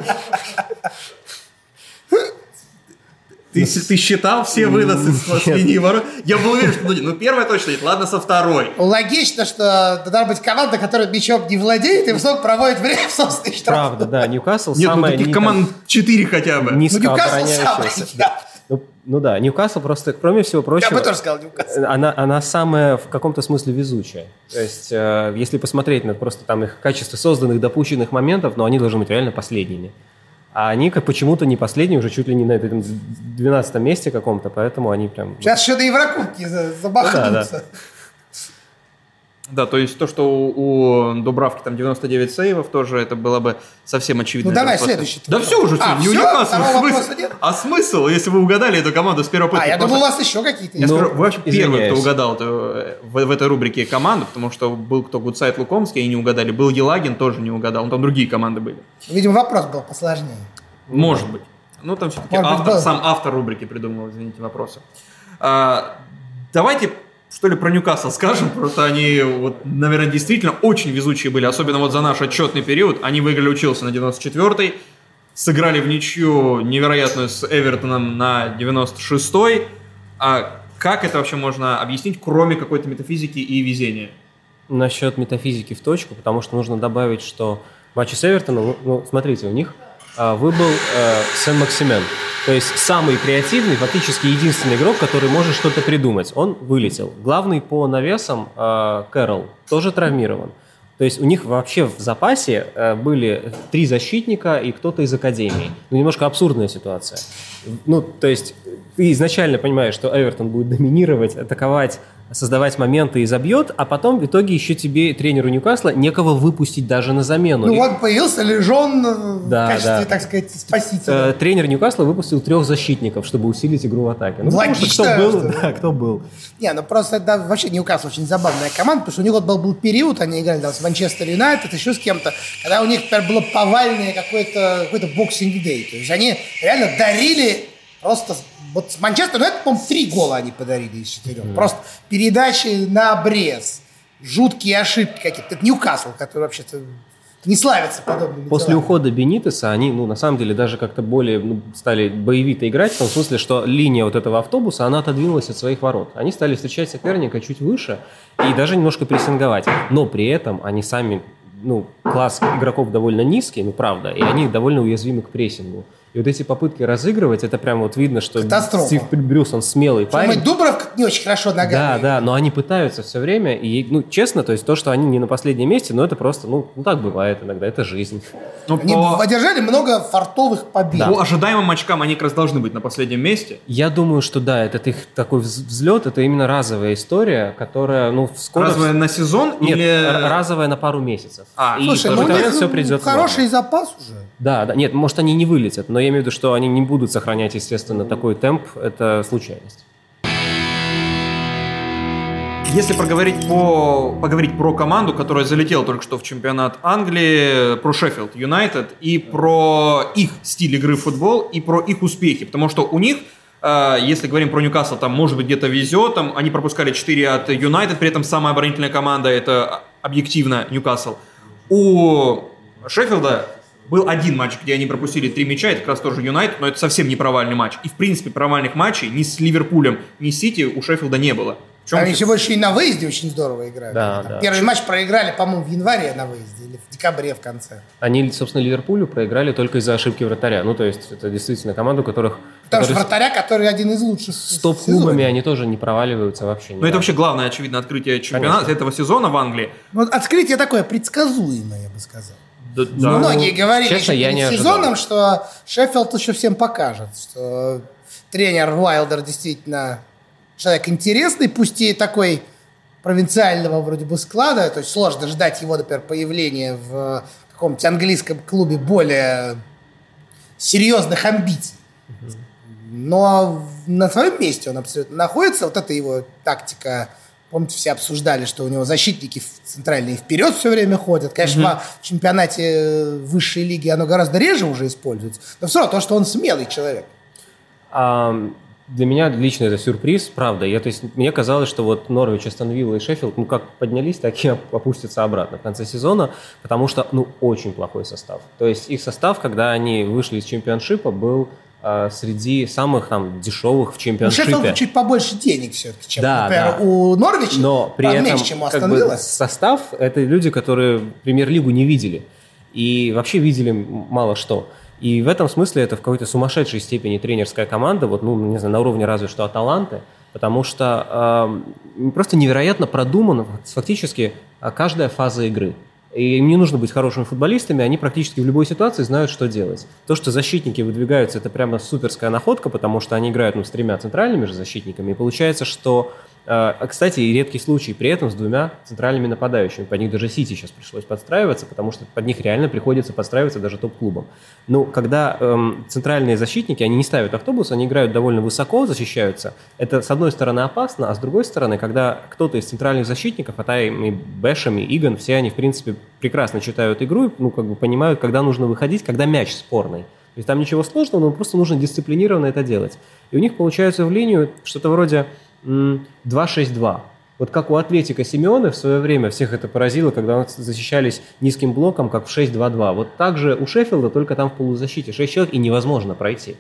Ты, ты считал все выносы с линии ворот? Я был уверен, что ну первая точно нет, ладно, со второй. Логично, что должна быть команда, которая мячом не владеет и высоко проводит время в собственной штрафной. Правда, да, Ньюкасл нет, самая... Нет, ну таких команд четыре хотя бы. Низкообороняющаяся. Да. Ну, ну да, Ньюкасл просто, кроме всего прочего... Я бы тоже сказал Ньюкасл. Она, она самая в каком-то смысле везучая. То есть, э, если посмотреть на просто там их качество созданных, допущенных моментов, но они должны быть реально последними. А они как почему-то не последние, уже чуть ли не на этом двенадцатом месте каком-то, поэтому они прям... Сейчас еще до Еврокубки замахнутся. Да, да. Да, то есть то, что у, у Дубравки там девяносто девять сейвов, тоже это было бы совсем очевидно. Ну давай следующий. Да все уже, а, все, все? Второго вопроса нет? А смысл, если вы угадали эту команду с первого попытки? А, я думал, у вас еще какие-то. Я ну, скажу, вы вообще первый, кто извиняюсь. угадал эту, в, в этой рубрике команду, потому что был кто Гудсайд Лукомский, они не угадали. Был Елагин, тоже не угадал. Ну, там другие команды были. Видимо, вопрос был посложнее. Может быть. Ну, там все-таки автор, сам автор рубрики придумал, извините, вопросы. А, давайте, что ли, про Ньюкасл скажем. Просто они, вот, наверное, действительно очень везучие были. Особенно вот за наш отчетный период. Они выиграли у Челси на девяносто четвёртой. Сыграли в ничью невероятную с Эвертоном на девяносто шестой. А как это вообще можно объяснить, кроме какой-то метафизики и везения? Насчет метафизики в точку, потому что нужно добавить, что в матче с Эвертоном, ну, ну смотрите, у них а, выбыл э, Сен-Максимен. То есть самый креативный, фактически единственный игрок, который может что-то придумать. Он вылетел. Главный по навесам э, Кэрролл тоже травмирован. То есть у них вообще в запасе э, были три защитника и кто-то из академии. Ну, немножко абсурдная ситуация. Ну, то есть ты изначально понимаешь, что Эвертон будет доминировать, атаковать, создавать моменты и забьет, а потом в итоге еще тебе, тренеру Ньюкасла, некого выпустить даже на замену. Ну и... вот появился Лежон да, в качестве, да. так сказать, спасителя. Э, тренер Ньюкасла выпустил трех защитников, чтобы усилить игру в атаке. Ну, логично. Что кто был, что... да, кто был. Не, ну просто да, вообще Ньюкасл очень забавная команда, потому что у них вот был, был период, они играли там с Манчестер Юнайтед, еще с кем-то, когда у них теперь было повальное какой-то, какой-то боксинг-дэй. То есть они реально дарили просто... Вот с Манчестер Юнайтед, по-моему, три гола они подарили из четырех. Mm. Просто передачи на обрез, жуткие ошибки какие-то. Это Ньюкасл, который вообще-то не славится подобными После делами. ухода Бенитеса они, ну, на самом деле, даже как-то более ну, стали боевито играть, в том смысле, что линия вот этого автобуса, она отодвинулась от своих ворот. Они стали встречать соперника чуть выше и даже немножко прессинговать. Но при этом они сами, ну, класс игроков довольно низкий, ну, правда, и они довольно уязвимы к прессингу. И вот эти попытки разыгрывать, это прям вот видно, что катастрофа. Стив Брюс, он смелый парень. Дубровка не очень хорошо ногами. Да, да, но они пытаются все время, и, ну, честно, то есть то, что они не на последнем месте, ну, это просто, ну, ну так бывает иногда, это жизнь. Ну, они по... одержали много фартовых побед. Да. По ожидаемым очкам они как раз должны быть на последнем месте. Я думаю, что да, этот их такой взлет, это именно разовая история, которая, ну, скоро... Разовая на сезон? Нет, или... разовая на пару месяцев. А, и слушай, в ну у них все придет хороший запас уже. Да, да, нет, может, они не вылетят, но я имею в виду, что они не будут сохранять, естественно, такой темп, это случайность. Если поговорить, по, поговорить про команду, которая залетела только что в чемпионат Англии, про Шеффилд Юнайтед, и про их стиль игры в футбол, и про их успехи, потому что у них, э, если говорим про Ньюкасл, там, может быть, где-то везет, там, они пропускали четыре от Юнайтед, при этом самая оборонительная команда, это объективно Ньюкасл. У Шеффилда был один матч, где они пропустили три мяча, это как раз тоже Юнайтед, но это совсем не провальный матч. И, в принципе, провальных матчей ни с Ливерпулем, ни с Сити у Шеффилда не было. Они еще больше и на выезде очень здорово играют. Да, да. Первый матч проиграли, по-моему, в январе на выезде или в декабре в конце. Они, собственно, Ливерпулю проиграли только из-за ошибки вратаря. Ну, то есть, это действительно команда, у которых... Потому что вратаря, который один из лучших. С топ-клубами они тоже не проваливаются вообще. Но это вообще главное, очевидно, открытие чемпионата Конечно. этого сезона в Англии. Ну, открытие такое предсказуемое, я бы сказал. Да, да. Многие говорили Честно, еще я перед не сезоном, что Шеффилд еще всем покажет, что тренер Уайлдер действительно человек интересный, пусть и такой провинциального вроде бы склада, то есть сложно ждать его, например, появления в каком-нибудь английском клубе более серьезных амбиций. Но на своем месте он абсолютно находится. Вот это его тактика. Помните, все обсуждали, что у него защитники центральные вперед все время ходят. Конечно, mm-hmm. в чемпионате высшей лиги оно гораздо реже уже используется. Но все равно то, что он смелый человек. Um... Для меня лично это сюрприз, правда. Я, то есть, мне казалось, что вот Норвич, Астон Вилла и Шеффилд, ну, как поднялись, так и опустятся обратно в конце сезона, потому что, ну, очень плохой состав. То есть, их состав, когда они вышли из чемпионшипа, был э, среди самых там дешевых в чемпионшипе. У Шеффилда чуть побольше денег все-таки, чем, да, например, да. у Норвича, но при этом, меньше, чем у Астон как Вилла. бы, состав – это люди, которые премьер-лигу не видели. И вообще видели мало что. И в этом смысле это в какой-то сумасшедшей степени тренерская команда, вот, ну, не знаю, на уровне разве что Аталанты, потому что э, просто невероятно продумана фактически каждая фаза игры. И им не нужно быть хорошими футболистами, они практически в любой ситуации знают, что делать. То, что защитники выдвигаются, это прямо суперская находка, потому что они играют ну, с тремя центральными же защитниками, и получается, что... Кстати, и редкий случай при этом с двумя центральными нападающими. Под них даже Сити сейчас пришлось подстраиваться, потому что под них реально приходится подстраиваться даже топ-клубам. Ну, когда эм, центральные защитники, они не ставят автобус, они играют довольно высоко, защищаются. Это, с одной стороны, опасно, а с другой стороны, когда кто-то из центральных защитников, а там и Бэшем, и Иган, все они, в принципе, прекрасно читают игру, ну, как бы понимают, когда нужно выходить, когда мяч спорный. То есть там ничего сложного, но просто нужно дисциплинированно это делать. И у них получается в линию что-то вроде... два шесть два. Вот как у Атлетико Симеоне в свое время всех это поразило, когда они защищались низким блоком, как в шесть два два. Вот так же у Шеффилда, только там в полузащите шесть человек, и невозможно пройти.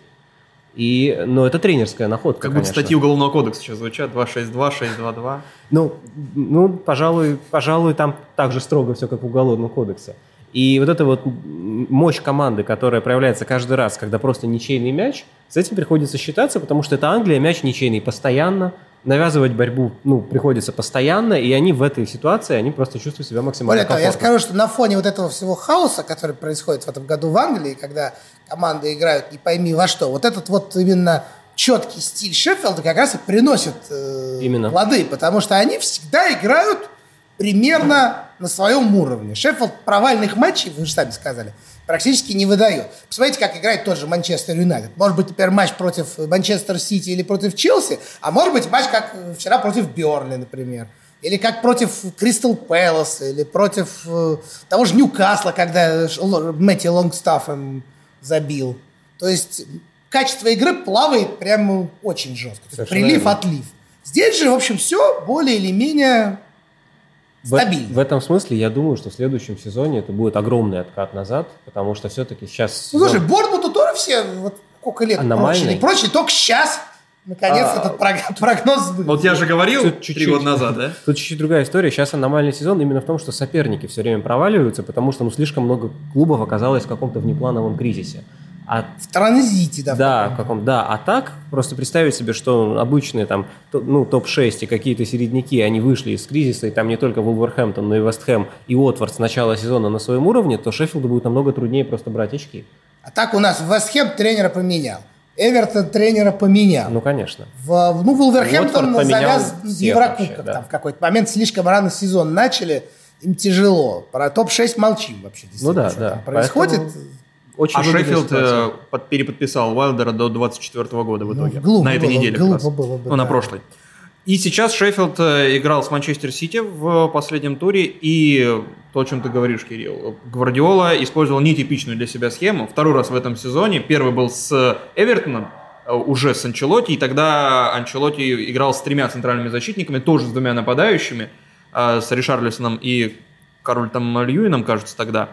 И, но это тренерская находка, Как будто конечно. статьи Уголовного кодекса сейчас звучат. два шесть два, шесть два два. Ну, ну пожалуй, пожалуй, там так же строго все, как в Уголовном кодексе. И вот эта вот мощь команды, которая проявляется каждый раз, когда просто ничейный мяч, с этим приходится считаться, потому что это Англия, мяч ничейный постоянно, навязывать борьбу ну, приходится постоянно, и они в этой ситуации, они просто чувствуют себя максимально Более того, комфортно. я скажу, что на фоне вот этого всего хаоса, который происходит в этом году в Англии, когда команды играют не пойми во что, вот этот вот именно четкий стиль Шеффилда как раз и приносит э, плоды, потому что они всегда играют примерно на своем уровне. Шеффилд провальных матчей, вы же сами сказали, практически не выдает. Посмотрите, как играет тот же Манчестер Юнайтед. Может быть, теперь матч против Манчестер Сити или против Челси, а может быть, матч, как вчера против Бернли, например. Или как против Кристал Пэласа, или против э, того же Ньюкасла, когда Мэтти Лонгстафф им забил. То есть качество игры плавает прямо очень жестко. Прилив-отлив. Здесь же, в общем, все более или менее... стабильно. В, в этом смысле я думаю, что в следующем сезоне это будет огромный откат назад, потому что все-таки сейчас... Ну, слушай, Борнмуту тоже все вот сколько лет прочили, прочили, только сейчас, наконец, а, этот прогноз сбылся. Вот я же говорил три года назад, да? Тут чуть-чуть другая история. Сейчас аномальный сезон именно в том, что соперники все время проваливаются, потому что ну, слишком много клубов оказалось в каком-то внеплановом кризисе. А, в транзите, да. Да, в каком, да. А так, просто представить себе, что обычные там, ну, топ шесть и какие-то середняки, они вышли из кризиса, и там не только Вулверхэмптон, но и Вест Хэм, и Уотфорд с начала сезона на своем уровне, то Шеффилду будет намного труднее просто брать очки. А так у нас Вест Хэм тренера поменял. Эвертон тренера поменял. Ну, конечно. В, ну, Вулверхэмптон завяз в Еврокубках. Вообще, да. Там в какой-то момент слишком рано сезон начали, им тяжело. Про топ шесть молчим вообще. Ну да, что да. Там происходит... Поэтому... Очень а Шеффилд э, под, переподписал Уайлдера до двадцать четвёртого года в итоге. Ну, глупо на этой было, неделе. Глупо было бы, ну, на да. прошлой. И сейчас Шеффилд э, играл с Манчестер Сити в последнем туре. И то, о чем ты говоришь, Кирилл, Гвардиола использовал нетипичную для себя схему. Второй раз в этом сезоне. Первый был с Эвертоном, э, уже с Анчелотти. И тогда Анчелотти играл с тремя центральными защитниками, тоже с двумя нападающими. Э, с Ришарлисоном и Карольтом Льюином, кажется, тогда.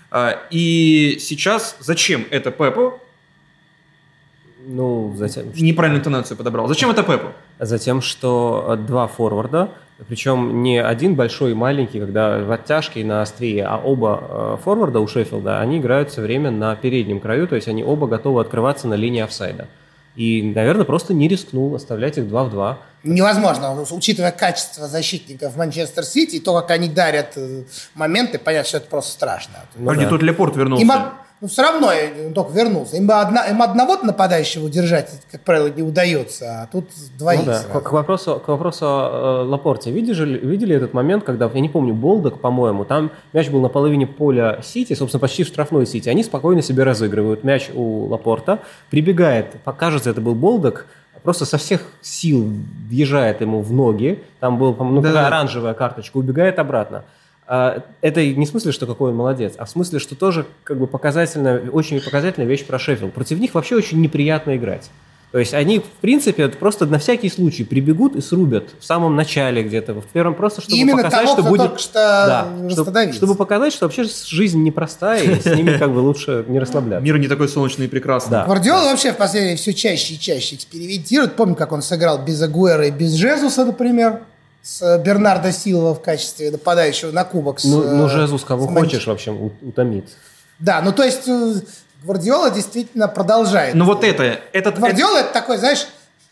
И сейчас зачем это Пепу? Ну, затем... Неправильную интонацию подобрал. Зачем это Пепу? Затем, что два форварда, причем не один большой и маленький, когда в оттяжке и на острие, а оба форварда у Шеффилда, они играют все время на переднем краю, то есть они оба готовы открываться на линии офсайда. И, наверное, просто не рискнул оставлять их два в два. Невозможно, учитывая качество защитников Манчестер Сити, и то, как они дарят моменты, понятно, что это просто страшно. Ну, да. Тут Лепорт вернулся. И, ну, все равно он только вернулся. Им, одна, им одного нападающего удержать, как правило, не удается, а тут двоих. Ну, да. к, к вопросу, к вопросу о Лапорте. Видели, видели этот момент, когда, я не помню, Болдок, по-моему, там мяч был на половине поля Сити, собственно, почти в штрафной Сити. Они спокойно себе разыгрывают. Мяч у Лапорта. Прибегает, кажется, это был Болдок, просто со всех сил въезжает ему в ноги. Там была, ну, да, такая оранжевая карточка, убегает обратно. Это не в смысле, что какой он молодец, а в смысле, что тоже как бы показательная, очень показательная вещь про Шеффилд. Против них вообще очень неприятно играть. То есть они, в принципе, просто на всякий случай прибегут и срубят в самом начале где-то, в первом, просто чтобы именно показать, того, что будет... Только что да, чтобы, чтобы показать, что вообще жизнь непростая, и с ними как бы лучше не расслабляться. Мир не такой солнечный и прекрасный. Да. Гвардиола вообще в последнее время все чаще и чаще экспериментирует. Помню, как он сыграл без Агуэра и без Жезуса, например, с Бернардо Силва в качестве нападающего на кубок. С, ну, ну, Жезус кого хочешь, в общем, утомит. Да, ну то есть Гвардиола действительно продолжает. Ну вот это... Этот, Гвардиола это... это такой, знаешь,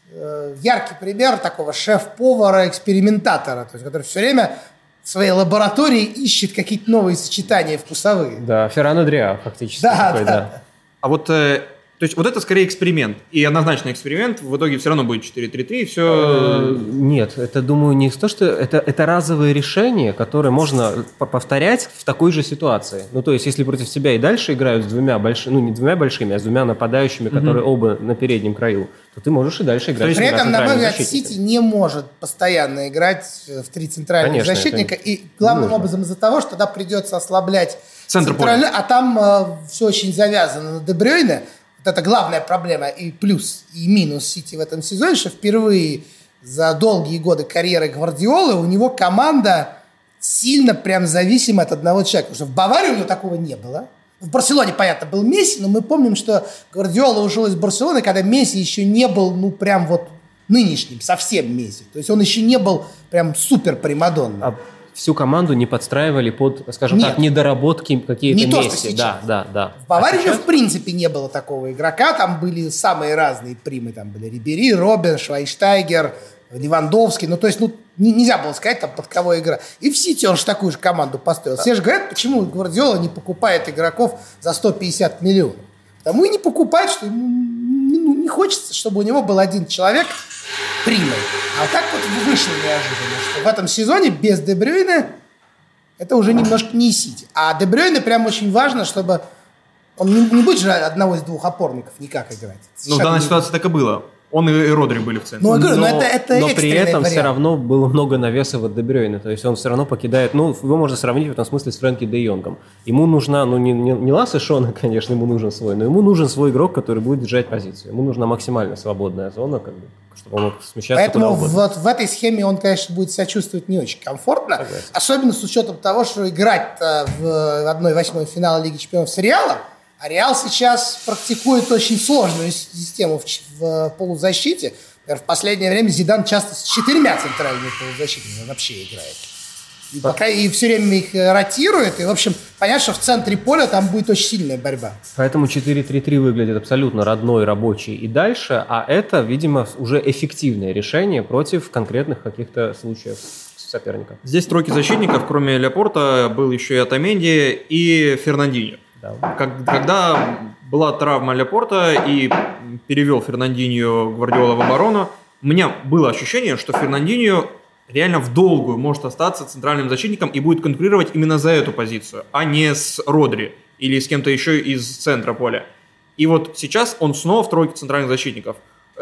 яркий пример такого шеф-повара, экспериментатора, то есть, который все время в своей лаборатории ищет какие-то новые сочетания вкусовые. Да, Ферран Адриа фактически. Да, такой, да. да. А вот... То есть вот это скорее эксперимент. И однозначно эксперимент. В итоге все равно будет четыре три три. И все... Нет, это, думаю, не то, что... Это, это разовые решения, которые можно повторять в такой же ситуации. Ну, то есть, если против тебя и дальше играют с двумя большими... Ну, не двумя большими, а с двумя нападающими, mm-hmm. которые оба на переднем краю, то ты можешь и дальше играть. При этом, на мой взгляд, Сити не может постоянно играть в три центральных Конечно, защитника. Это... И главным образом из-за того, что тогда придется ослаблять центр поля. А там э, все очень завязано на Де Брюйне. Вот это главная проблема и плюс, и минус Сити в этом сезоне, что впервые за долгие годы карьеры Гвардиолы у него команда сильно прям зависима от одного человека. Потому что в Баварии у него такого не было. В Барселоне, понятно, был Месси, но мы помним, что Гвардиола ушел из Барселоны, когда Месси еще не был, ну, прям вот нынешним, совсем Месси. То есть он еще не был прям супер примадонным. А всю команду не подстраивали под, скажем Нет. так, недоработки какие-то не Месси. Да, да, да. В Баварии а сейчас... в принципе не было такого игрока. Там были самые разные примы. Там были Рибери, Робин, Швайнштайгер, Левандовский. Ну, то есть, ну, не, нельзя было сказать, там, под кого игра. И в Сити он же такую же команду построил. Все же говорят, почему Гвардиола не покупает игроков за сто пятьдесят миллионов. Потому и не покупает, что ему ну, не хочется, чтобы у него был один человек примой. А так вот вышло неожиданно, что в этом сезоне без Де Брюйне это уже немножко не Сити. А Де Брюйне прям очень важно, чтобы он не, не будет же одного из двух опорников никак играть. Ну, в данной ситуации так и было. Он и Родри были в центре. Ну, но, но, это, это но при этом вариант. все равно было много навесов от Де Брюйне. То есть он все равно покидает... Ну, его можно сравнить в этом смысле с Фрэнки де Йонгом. Ему нужна, ну, не, не, не Лассе Шона, конечно, ему нужен свой, но ему нужен свой игрок, который будет держать позицию. Ему нужна максимально свободная зона, как бы, чтобы он мог смещаться Поэтому куда угодно. вот в этой схеме он, конечно, будет себя чувствовать не очень комфортно. Согласен. Особенно с учетом того, что играть в одной восьмой финала Лиги Чемпионов с Реалом, а Реал сейчас практикует очень сложную систему в, в полузащите. В последнее время Зидан часто с четырьмя центральными полузащитниками вообще играет. И, пока, и все время их ротирует. И, в общем, понятно, что в центре поля там будет очень сильная борьба. Поэтому четыре три три выглядит абсолютно родной, рабочий и дальше. А это, видимо, уже эффективное решение против конкретных каких-то случаев соперника. Здесь тройки защитников, кроме Лапорта, был еще и Отаменди и Фернандиньо. Да. Как, когда была травма Лапорта и перевел Фернандиньо Гвардиола в оборону, у меня было ощущение, что Фернандиньо реально в долгую может остаться центральным защитником и будет конкурировать именно за эту позицию, а не с Родри или с кем-то еще из центра поля. И вот сейчас он снова в тройке центральных защитников.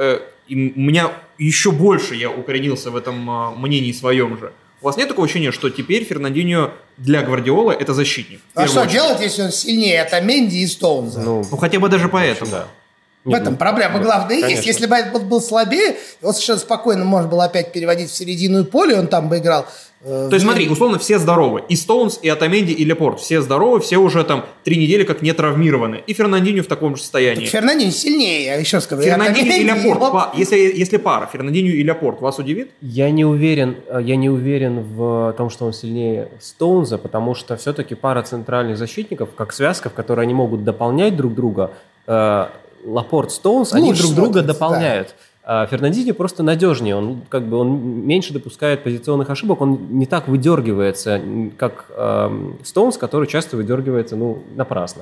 И у меня еще больше я укоренился в этом мнении своем же. У вас нет такого ощущения, что теперь Фернандиньо для Гвардиолы это защитник? А что очередь. Делать, если он сильнее Отаменди и Стоунза? Ну, ну хотя бы даже поэтому. Да. В этом проблема главная есть. Если бы этот был слабее, его совершенно спокойно можно было опять переводить в середину поля, он там бы играл. Э, То есть смотри, условно все здоровы. И Стоунс, и Отаменди, и Лапорт. Все здоровы, все уже там три недели как не травмированы. И Фернандиньо в таком же состоянии. Так Фернандиньо сильнее, я еще скажу. Фернандиньо и Лапорт. Па, если, если пара Фернандиньо и Лапорт вас удивит? Я не уверен, я не уверен в том, что он сильнее Стоунза, потому что все-таки пара центральных защитников, как связка, в которой они могут дополнять друг друга, э, Лапорт, Стоунс, они друг друга дополняют. Да. Фернандиньо просто надежнее, он как бы он меньше допускает позиционных ошибок, он не так выдергивается, как э, Стоунс, который часто выдергивается ну, напрасно.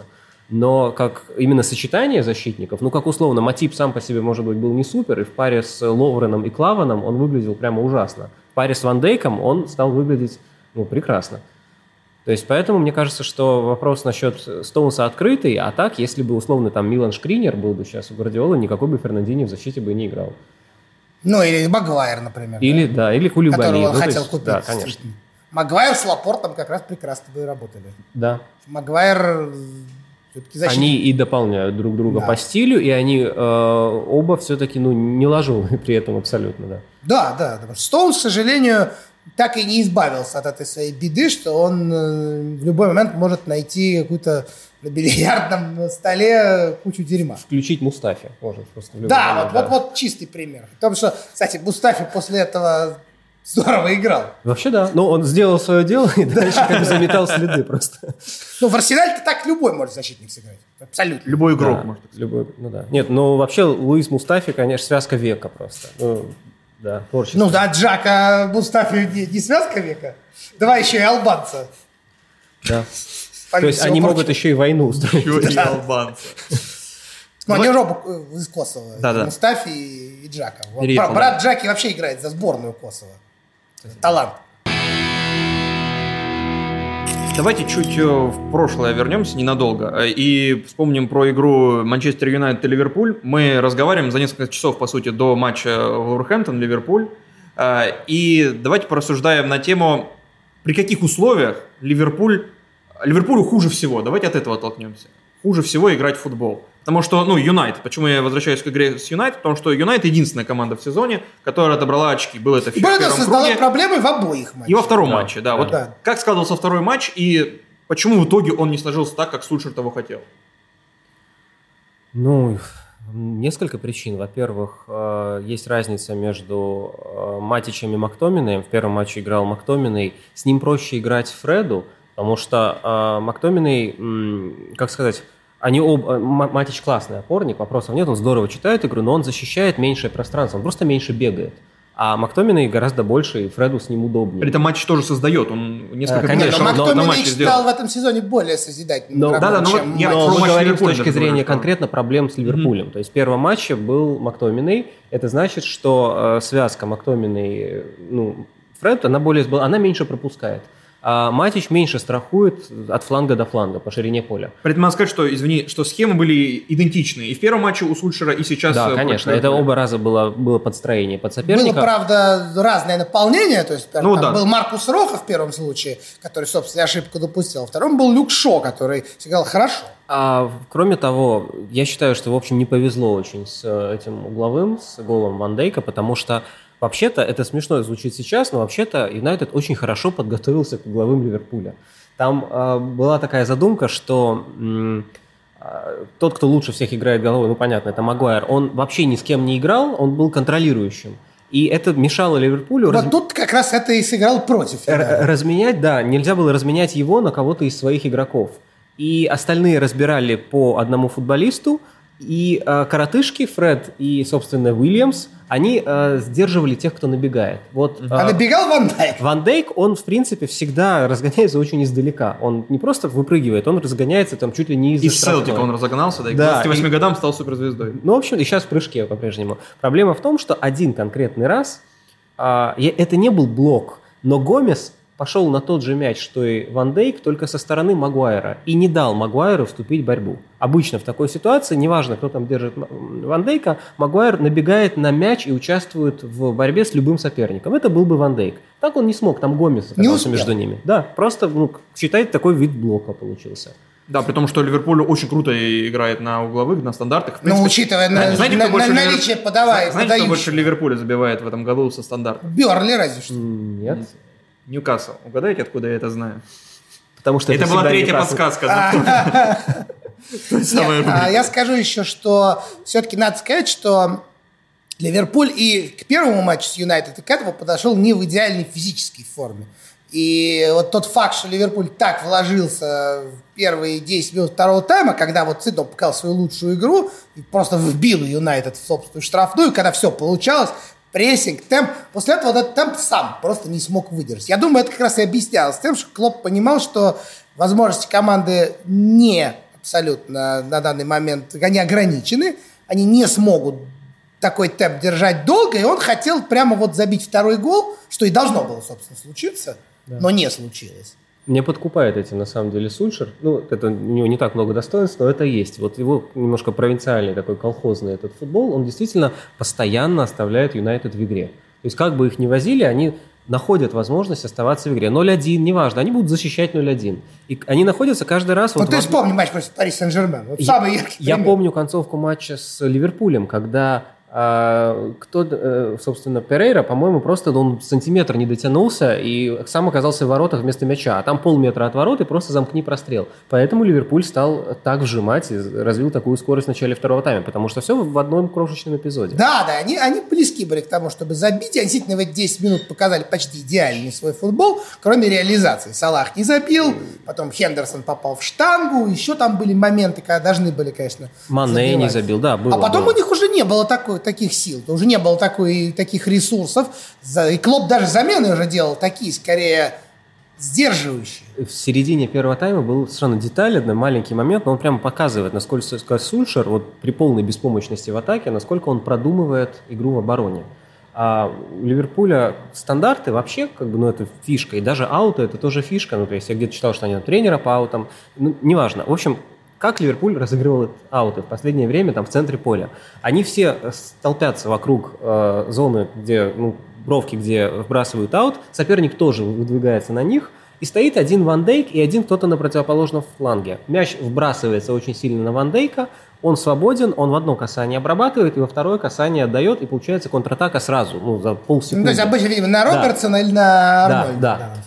Но как именно сочетание защитников, ну, как условно, Матип сам по себе, может быть, был не супер, и в паре с Ловреном и Клаваном он выглядел прямо ужасно. В паре с Ван Дейком он стал выглядеть, ну, прекрасно. То есть, поэтому мне кажется, что вопрос насчет Стоунса открытый, а так, если бы, условно, там Милан Шкринер был бы сейчас у Гвардиолы, никакой бы Фернандини в защите бы не играл. Ну, или Магуайр, например. Или, да, да или Кулибали. Которого он ну, хотел есть, купить. Да, конечно. Магуайр с Лапортом как раз прекрасно бы работали. Да. Магуайр все-таки защитник. Они и дополняют друг друга Да. по стилю, и они э, оба все-таки, ну, не ложовые при этом абсолютно, да. Да, да. да. Стоунс, к сожалению, так и не избавился от этой своей беды, что он э, в любой момент может найти какую-то на бильярдном столе кучу дерьма. Включить Мустафи может просто в любой Да, момент, вот, вот, вот чистый пример. Потому что, кстати, Мустафи после этого здорово играл. Вообще да, но он сделал свое дело и дальше как бы заметал следы просто. Ну, в Арсенале-то так любой может защитник сыграть. Абсолютно. Любой игрок Да, может. любой, ну да. Нет, ну вообще Луис Мустафи, конечно, связка века просто. Ну, да, творчество. Ну да, Джака Мустафи не, не связка века. Давай еще и албанца. Да. Помимо То есть всего они прочего. могут еще и войну устроить. Еще и албанцы. Ну, они же оба из Косово. Да-да. Мустафи и, и Джака. Вот Переехал, брат да. Джаки вообще играет за сборную Косово. Талант. Давайте чуть э, в прошлое вернемся ненадолго э, и вспомним про игру Манчестер Юнайтед и Ливерпуль. Мы разговариваем за несколько часов, по сути, до матча Вулверхэмптон-Ливерпуль. Э, И давайте порассуждаем на тему, при каких условиях Ливерпуль... Ливерпулю хуже всего. Давайте от этого оттолкнемся. Хуже всего играть в футбол. Потому что, ну, Юнайтед. Почему я возвращаюсь к игре с Юнайтед? Потому что Юнайтед единственная команда в сезоне, которая отобрала очки. Было это в И более того, первом создала круге. проблемы в обоих матчах. И во втором Да. матче, да. Вот Да. как складывался второй матч и почему в итоге он не сложился так, как Сульшер того хотел? Ну, несколько причин. Во-первых, э, есть разница между э, Матичем и Мактоминой. В первом матче играл Мактоминой. С ним проще играть Фреду, потому что э, Мактоминой, м, как сказать, они оба... М- Матич классный опорник, вопросов нет, он здорово читает игру, но он защищает меньшее пространство, он просто меньше бегает. А Мактоминой гораздо больше, и Фреду с ним удобнее. При этом матч тоже создает. Он несколько А, конечно, передач Но на- на Мактоминой матче стал сделал. в этом сезоне более созидательным Но- игроком, да-да, но чем вот я Матич. Но про мы матч говорим с Ливерпуля точки даже зрения говорю, что- конкретно проблем с Ливерпулем. То есть в первом матче был Мактоминой. Это значит, что э, связка Мактоминой, ну, Фред, она более, сбал- она меньше пропускает. А Матич меньше страхует от фланга до фланга по ширине поля. При этом надо сказать, что, извини, что схемы были идентичны. И в первом матче у Сульшера, и сейчас... Да, э, конечно. против Это Ливерпуля. оба раза было, было подстроение под соперника. Было, правда, разное наполнение. То есть, Ну там да. был Маркус Роха в первом случае, который, собственно, ошибку допустил. А втором был Люк Шо, который сыграл хорошо. А, кроме того, я считаю, что, в общем, не повезло очень с э, этим угловым, с голом Ван Дейка, потому что вообще-то, это смешно звучит сейчас, но вообще-то Юнайтед очень хорошо подготовился к угловым Ливерпуля. Там э, была такая задумка, что м, э, тот, кто лучше всех играет головой, ну понятно, это Магуайр, он вообще ни с кем не играл, он был контролирующим. И это мешало Ливерпулю... Вот раз- тут как раз это и сыграл против. Р- Юнайтеда. разменять, да, нельзя было разменять его на кого-то из своих игроков. И остальные разбирали по одному футболисту, и э, коротышки, Фред и, собственно, Уильямс, они э, сдерживали тех, кто набегает. Вот, э, А набегал Ван Дайк. Ван Дейк, он, в принципе, всегда разгоняется очень издалека. Он не просто выпрыгивает, он разгоняется там чуть ли не из-за И с Селтика штрафной. он разогнался, да, и к Да, двадцати восьми и- годам стал суперзвездой. Ну, в общем, и сейчас в прыжке по-прежнему. Проблема в том, что один конкретный раз, а, я- это не был блок, но Гомес пошел на тот же мяч, что и Ван Дейк, только со стороны Магуайра, и не дал Магуайру вступить в борьбу. Обычно в такой ситуации, неважно, кто там держит М- Ван Дейка, Магуайр набегает на мяч и участвует в борьбе с любым соперником. Это был бы Ван Дейк. Так он не смог, там Гомес оказался успел. между ними. Да, просто, ну, считайте, такой вид блока получился. Да, при том, что Ливерпуль очень круто и играет на угловых, на стандартах. В Ну, принципе, учитывая на, знаете, кто на- больше на Ливер- наличие подавай, Знаете, кто больше подающих. Ливерпуля забивает в этом году со стандарта? Берли разве что. М, Нет. Ньюкасл. Угадайте, откуда я это знаю? Потому что Это, была всегда третья Ньюкасл. подсказка. да. Той самой Нет, а рубрики. я скажу еще, что все-таки надо сказать, что Ливерпуль и к первому матчу с Юнайтед, и к этому подошел не в идеальной физической форме. И вот тот факт, что Ливерпуль так вложился в первые десять минут второго тайма, когда вот Сидон показал свою лучшую игру и просто вбил Юнайтед в собственную штрафную, когда все получалось, прессинг, темп. После этого вот этот темп сам просто не смог выдержать. Я думаю, это как раз и объяснялось тем, что Клопп понимал, что возможности команды не абсолютно на данный момент, они ограничены, они не смогут такой темп держать долго, и он хотел прямо вот забить второй гол, что и должно было, собственно, случиться, да. но не случилось. Мне подкупает этим, на самом деле, Сульшер. Ну, это у него не так много достоинств, но это есть. Вот его немножко провинциальный такой колхозный этот футбол, он действительно постоянно оставляет Юнайтед в игре. То есть как бы их ни возили, они находят возможность оставаться в игре. ноль один, неважно, они будут защищать ноль один. И они находятся каждый раз... Вот, вот ты в... вспомни матч против Пари Сен-Жермен. Вот я, самый яркий я пример. помню концовку матча с Ливерпулем, когда... А, кто, собственно, Перейра, по-моему, просто он сантиметр не дотянулся и сам оказался в воротах вместо мяча. А там полметра от ворот и просто замкни прострел. Поэтому Ливерпуль стал так вжимать и развил такую скорость в начале второго тайма, потому что все в одном крошечном эпизоде. Да, да, они, они близки были к тому, чтобы забить. Они действительно в эти десять минут показали почти идеальный свой футбол, кроме реализации. Салах не забил, потом Хендерсон попал в штангу, еще там были моменты, когда должны были, конечно, Мане не забил, да, было. А потом было. у них уже не было такой, таких сил, уже не было такой, таких ресурсов. И Клоп даже замены уже делал такие, скорее, сдерживающие. В середине первого тайма был совершенно деталь, маленький момент, но он прямо показывает, насколько Сульшер вот, при полной беспомощности в атаке, насколько он продумывает игру в обороне. А у Ливерпуля стандарты вообще, как бы, ну, это фишка, и даже ауты это тоже фишка. Ну, то есть я где-то читал, что они тренера по аутам, ну, неважно. В общем, как Ливерпуль разыгрывал ауты в последнее время там в центре поля. Они все столпятся вокруг э, зоны, где, ну, бровки, где вбрасывают аут. Соперник тоже выдвигается на них. И стоит один Ван Дейк и один кто-то на противоположном фланге. Мяч вбрасывается очень сильно на Ван Дейка. Он свободен, он в одно касание обрабатывает, и во второе касание отдает, и получается контратака сразу, ну, за полсекунды. Ну, то есть обычно, видимо, на Робертсона, да, или на Арнольда. Да, да.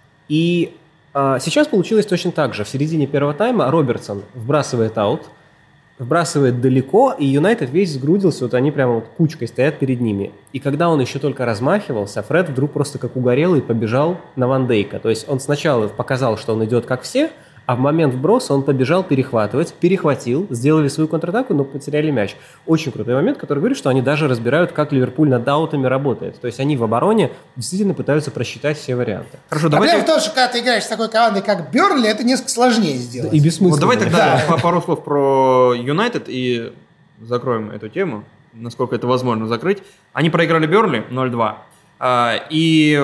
И а, сейчас получилось точно так же. В середине первого тайма Робертсон вбрасывает аут, вбрасывает далеко, и Юнайтед весь сгрудился, вот они прямо вот кучкой стоят перед ними. И когда он еще только размахивался, Фред вдруг просто как угорелый побежал на Ван Дейка. То есть он сначала показал, что он идет как все, а в момент вброса он побежал перехватывать, перехватил, сделали свою контратаку, но потеряли мяч. Очень крутой момент, который говорит, что они даже разбирают, как Ливерпуль над аутами работает. То есть они в обороне действительно пытаются просчитать все варианты. Хорошо, давайте... Проблема в том, что когда ты играешь с такой командой, как Бернли, это несколько сложнее сделать. И бессмысленно. Вот давай тогда да. пару слов про Юнайтед и закроем эту тему, насколько это возможно закрыть. Они проиграли Бернли ноль два. И...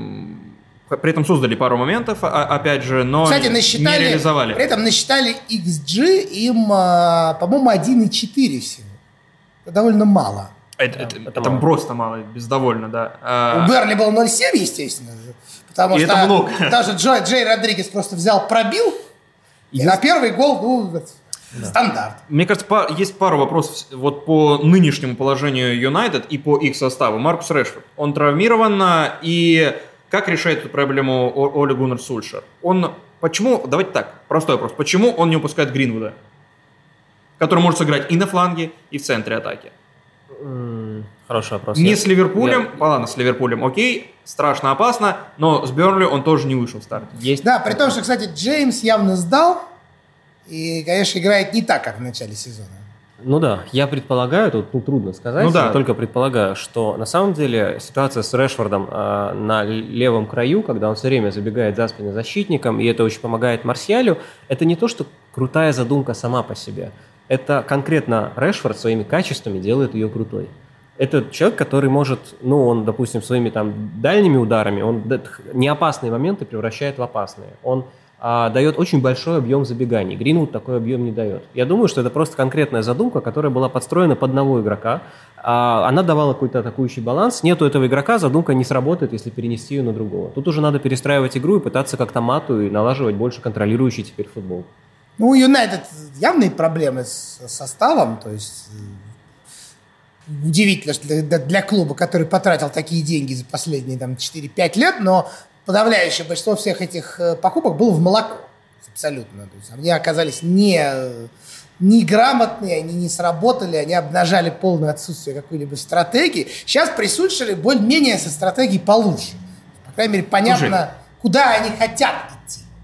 При этом создали пару моментов, опять же, но Кстати, насчитали, не реализовали. При этом насчитали икс джи им, по-моему, один и четыре всего. Это довольно мало. Это, да, это, это, это мало. Просто мало, бездовольно, да. У Бернли был ноль семь, естественно. Потому и что это много. Даже Джей, Джей Родригес просто взял, пробил, и, и на первый гол, ну, да. стандарт. Мне кажется, есть пару вопросов вот по нынешнему положению Юнайтед и по их составу. Маркус Решфорд, он травмирован, и... Как решает эту проблему Оле Гуннар Сульшер? Он, почему, давайте так, простой вопрос, почему он не упускает Гринвуда, который может сыграть и на фланге, и в центре атаки? Mm, хороший вопрос. Не я... с Ливерпулем, я... ладно, с Ливерпулем окей, страшно опасно, но с Бернли он тоже не вышел в старт. Есть... Да, при том, что, кстати, Джеймс явно сдал, и, конечно, играет не так, как в начале сезона. Ну да, я предполагаю, тут ну, трудно сказать, ну, да. я только предполагаю, что на самом деле ситуация с Решфордом э, на левом краю, когда он все время забегает за спину защитникам, и это очень помогает Марсиалю, это не то, что крутая задумка сама по себе. Это конкретно Решфорд своими качествами делает ее крутой. Это человек, который может, ну, он, допустим, своими там дальними ударами, он неопасные моменты превращает в опасные. Он а, дает очень большой объем забеганий. Гринвуд такой объем не дает. Я думаю, что это просто конкретная задумка, которая была подстроена под одного игрока. А, она давала какой-то атакующий баланс. Нету этого игрока, задумка не сработает, если перенести ее на другого. Тут уже надо перестраивать игру и пытаться как-то мату и налаживать больше контролирующий теперь футбол. Ну, у Юнайтед явные проблемы с составом, то есть удивительно, что для, для клуба, который потратил такие деньги за последние там, четыре-пять лет, но подавляющее большинство всех этих покупок было в молоко. Абсолютно. То есть они оказались не, неграмотные, они не сработали, они обнажали полное отсутствие какой-либо стратегии. Сейчас при Сульшере более-менее со стратегией получше. По крайней мере, понятно, Слушай, куда они хотят идти.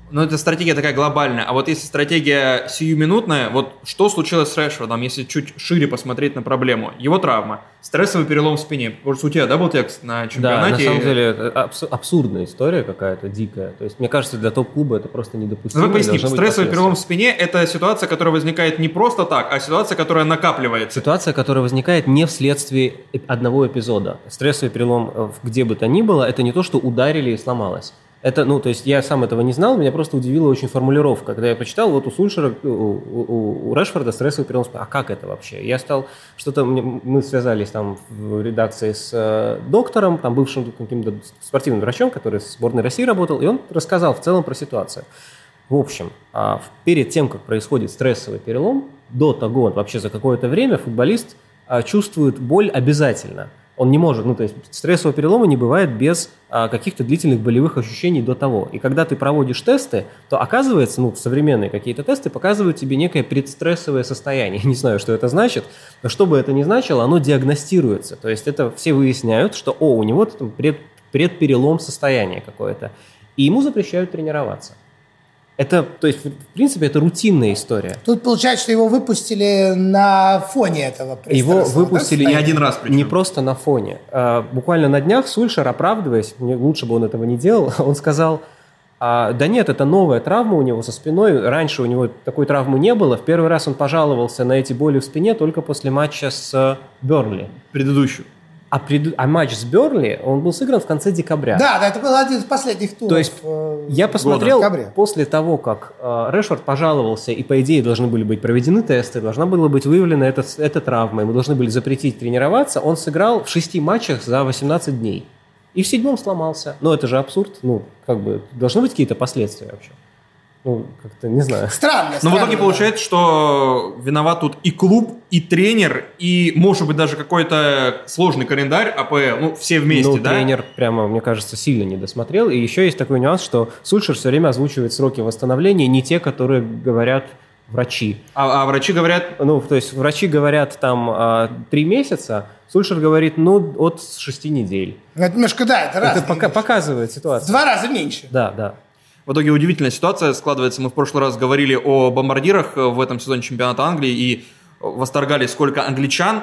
Ну, это стратегия такая глобальная. А вот если стратегия сиюминутная, вот что случилось с Решфордом, если чуть шире посмотреть на проблему? Его травма, стрессовый перелом в спине. Может, у тебя, да, был текст на чемпионате? Да, на самом деле, это абсурдная история какая-то, дикая. То есть, мне кажется, для топ-клуба это просто недопустимо. Ну, вы поясните, стрессовый перелом в спине – это ситуация, которая возникает не просто так, а ситуация, которая накапливается. Ситуация, которая возникает не вследствие одного эпизода. Стрессовый перелом, где бы то ни было, это не то, что ударили и сломалось. Это, ну, то есть я сам этого не знал, меня просто удивила очень формулировка. Когда я почитал, вот у Сульшера, у, у, у Решфорда стрессовый перелом спины. А как это вообще? Я стал что-то, мы связались там в редакции с э, доктором, там бывшим каким-то спортивным врачом, который в сборной России работал, и он рассказал в целом про ситуацию. В общем, а перед тем, как происходит стрессовый перелом, до того, вообще за какое-то время футболист а, чувствует боль обязательно. Он не может, ну то есть стрессового перелома не бывает без а, каких-то длительных болевых ощущений до того. И когда ты проводишь тесты, то оказывается, ну современные какие-то тесты показывают тебе некое предстрессовое состояние. Не знаю, что это значит, но что бы это ни значило, оно диагностируется. То есть это все выясняют, что о, у него там пред, предперелом состояния какое-то. И ему запрещают тренироваться. Это, то есть, в принципе, это рутинная история. Тут получается, что его выпустили на фоне этого. Его выпустили не один раз, причем. Не просто на фоне. А, буквально на днях Сульшер, оправдываясь, мне лучше бы он этого не делал, он сказал, а, да нет, это новая травма у него со спиной, раньше у него такой травмы не было, в первый раз он пожаловался на эти боли в спине только после матча с Бернли. Предыдущую. А, пред... а матч с Бернли, он был сыгран в конце декабря. Да, да, это был один из последних туров. То есть я посмотрел, после того, как э, Решфорд пожаловался, и по идее должны были быть проведены тесты, должна была быть выявлена эта, эта травма, ему должны были запретить тренироваться, он сыграл в шести матчах за восемнадцать дней. И в седьмом сломался. Ну, это же абсурд. Ну, как бы, должны быть какие-то последствия вообще. Ну, как-то, не знаю. Странно, Но странно, в итоге да. получается, что виноват тут и клуб, и тренер, и, может быть, даже какой-то сложный календарь АПЛ. Ну, все вместе, ну, да? тренер прямо, мне кажется, сильно не досмотрел. И еще есть такой нюанс, что Сульшер все время озвучивает сроки восстановления, не те, которые говорят врачи. А, а врачи говорят... Ну, то есть врачи говорят там три месяца, Сульшер говорит, ну, от шести недель. Ну, это немножко, да, это раз. Это пока, показывает ситуацию. В два раза меньше. Да, да. В итоге удивительная ситуация складывается. Мы в прошлый раз говорили о бомбардирах в этом сезоне чемпионата Англии и восторгались, сколько англичан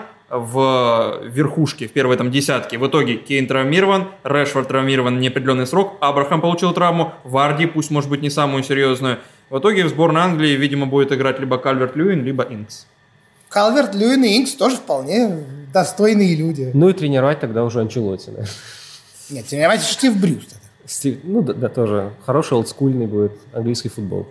в верхушке, в первой там десятке. В итоге Кейн травмирован, Решфорд травмирован на неопределенный срок, Абрахам получил травму, Варди, пусть может быть не самую серьезную. В итоге в сборной Англии, видимо, будет играть либо Кальверт-Льюин, либо Инкс. Кальверт-Льюин и Инкс тоже вполне достойные люди. Ну и тренировать тогда уже Анчелотти, да. Нет, тренировать Стив Брюс. Стив, ну да, да, тоже хороший олдскульный будет английский футбол.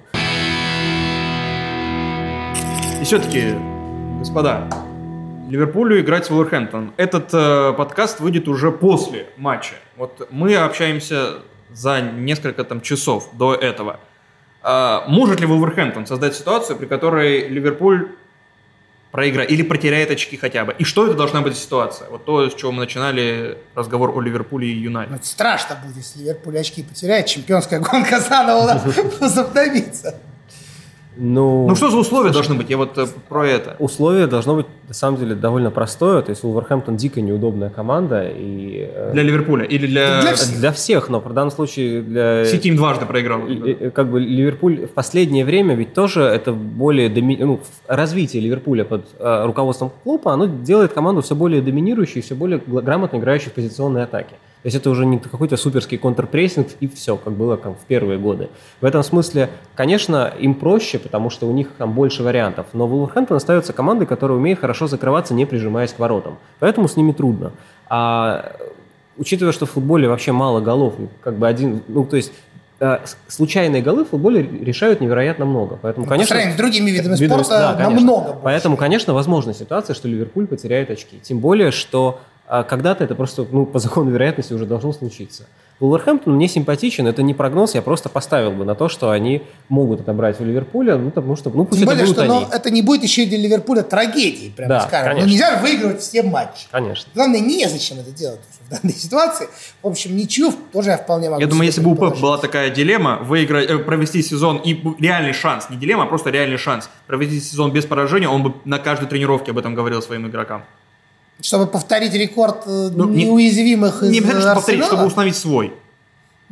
И все-таки, господа, Ливерпулю играть с Вулверхэмптоном. Этот э, подкаст выйдет уже после матча. Вот мы общаемся за несколько там часов до этого. Э, может ли Вулверхэмптон создать ситуацию, при которой Ливерпуль проиграет или потеряет очки хотя бы? И что это должна быть ситуация? Вот то, с чего мы начинали разговор о Ливерпуле и Юнайтед. Это страшно будет, если Ливерпуль очки потеряет, чемпионская гонка заново возобновится. Ну, ну что за условия должны быть? Я вот э, про это. Условие должно быть, на самом деле, довольно простое. То есть Вулверхэмптон дико неудобная команда. И, э, для Ливерпуля или для... Для всех. Для всех, но в данном случае для... Сити им дважды проиграл. И, как бы Ливерпуль в последнее время ведь тоже это более... Доми... Ну, развитие Ливерпуля под э, руководством клуба, оно делает команду все более доминирующей, все более грамотно играющей в позиционной атаке. То есть это уже не какой-то суперский контрпрессинг и все, как было как в первые годы. В этом смысле, конечно, им проще, потому что у них там больше вариантов. Но Вулверхэмптон остается командой, которая умеет хорошо закрываться, не прижимаясь к воротам. Поэтому с ними трудно. А учитывая, что в футболе вообще мало голов, как бы один, ну то есть случайные голы в футболе решают невероятно много. Поэтому, конечно, по сравнению с другими видами видами, спорта да, намного больше. Поэтому, конечно, возможна ситуация, что Ливерпуль потеряет очки. Тем более, что а когда-то это просто, ну, по закону вероятности уже должно случиться. Вулверхэмптон мне симпатичен, это не прогноз, я просто поставил бы на то, что они могут отобрать у Ливерпуля, ну, потому что, ну, пусть Тем это более, будут что, они. но это не будет еще и для Ливерпуля трагедией, прямо Да, скажем. конечно. Ну, нельзя выигрывать все матчи. Конечно. Главное, незачем это делать в данной ситуации. В общем, ничью тоже я вполне могу. Я думаю, если бы у Пепа предположить. была такая дилемма, выиграть, э, провести сезон и реальный шанс, не дилемма, а просто реальный шанс, провести сезон без поражения, он бы на каждой тренировке об этом говорил своим игрокам. Чтобы повторить рекорд Ну, неуязвимых не, из не обязательно, чтобы повторить, Арсенала? чтобы установить свой.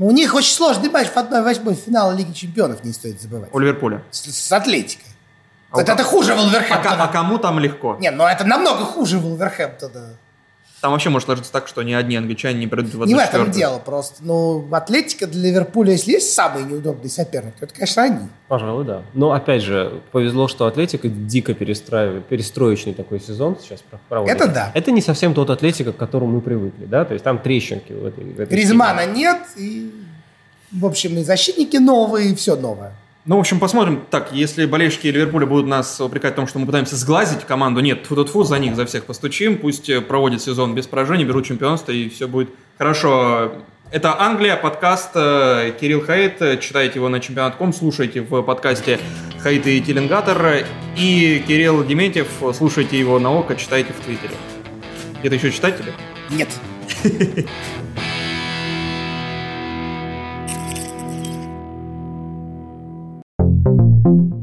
Ну, у них очень сложный матч в одной восьмой финала Лиги Чемпионов, не стоит забывать. У Ливерпуля. С, с Атлетикой. А это, у... это хуже Вулверхэмптона. А, а кому там легко? Не, ну это намного хуже Вулверхэмптона. Там вообще может сложиться так, что ни одни англичане не придут в одну Не в этом четвертую. дело просто. Ну, Атлетика для Ливерпуля, если есть самый неудобный соперник, то это, конечно, они. Пожалуй, да. Но, опять же, повезло, что Атлетика дико перестраивает, перестроечный такой сезон сейчас проводит. Это да. Это не совсем тот Атлетика, к которому мы привыкли, да? То есть там трещинки в этой, в этой Гризмана схеме. нет, и, в общем, и защитники новые, и все новое. Ну, в общем, посмотрим. Так, если болельщики Ливерпуля будут нас упрекать в том, что мы пытаемся сглазить команду, нет, тьфу-тьфу, за них, за всех постучим. Пусть проводят сезон без поражений, берут чемпионство, и все будет хорошо. Это Англия, подкаст Кирилл Хаит. Читайте его на чемпионат точка ком, слушайте в подкасте Хаит и Теленгатор. И Кирилл Дементьев, слушайте его на Око, читайте в Твиттере. Где-то еще читать тебе? Нет. Thank you.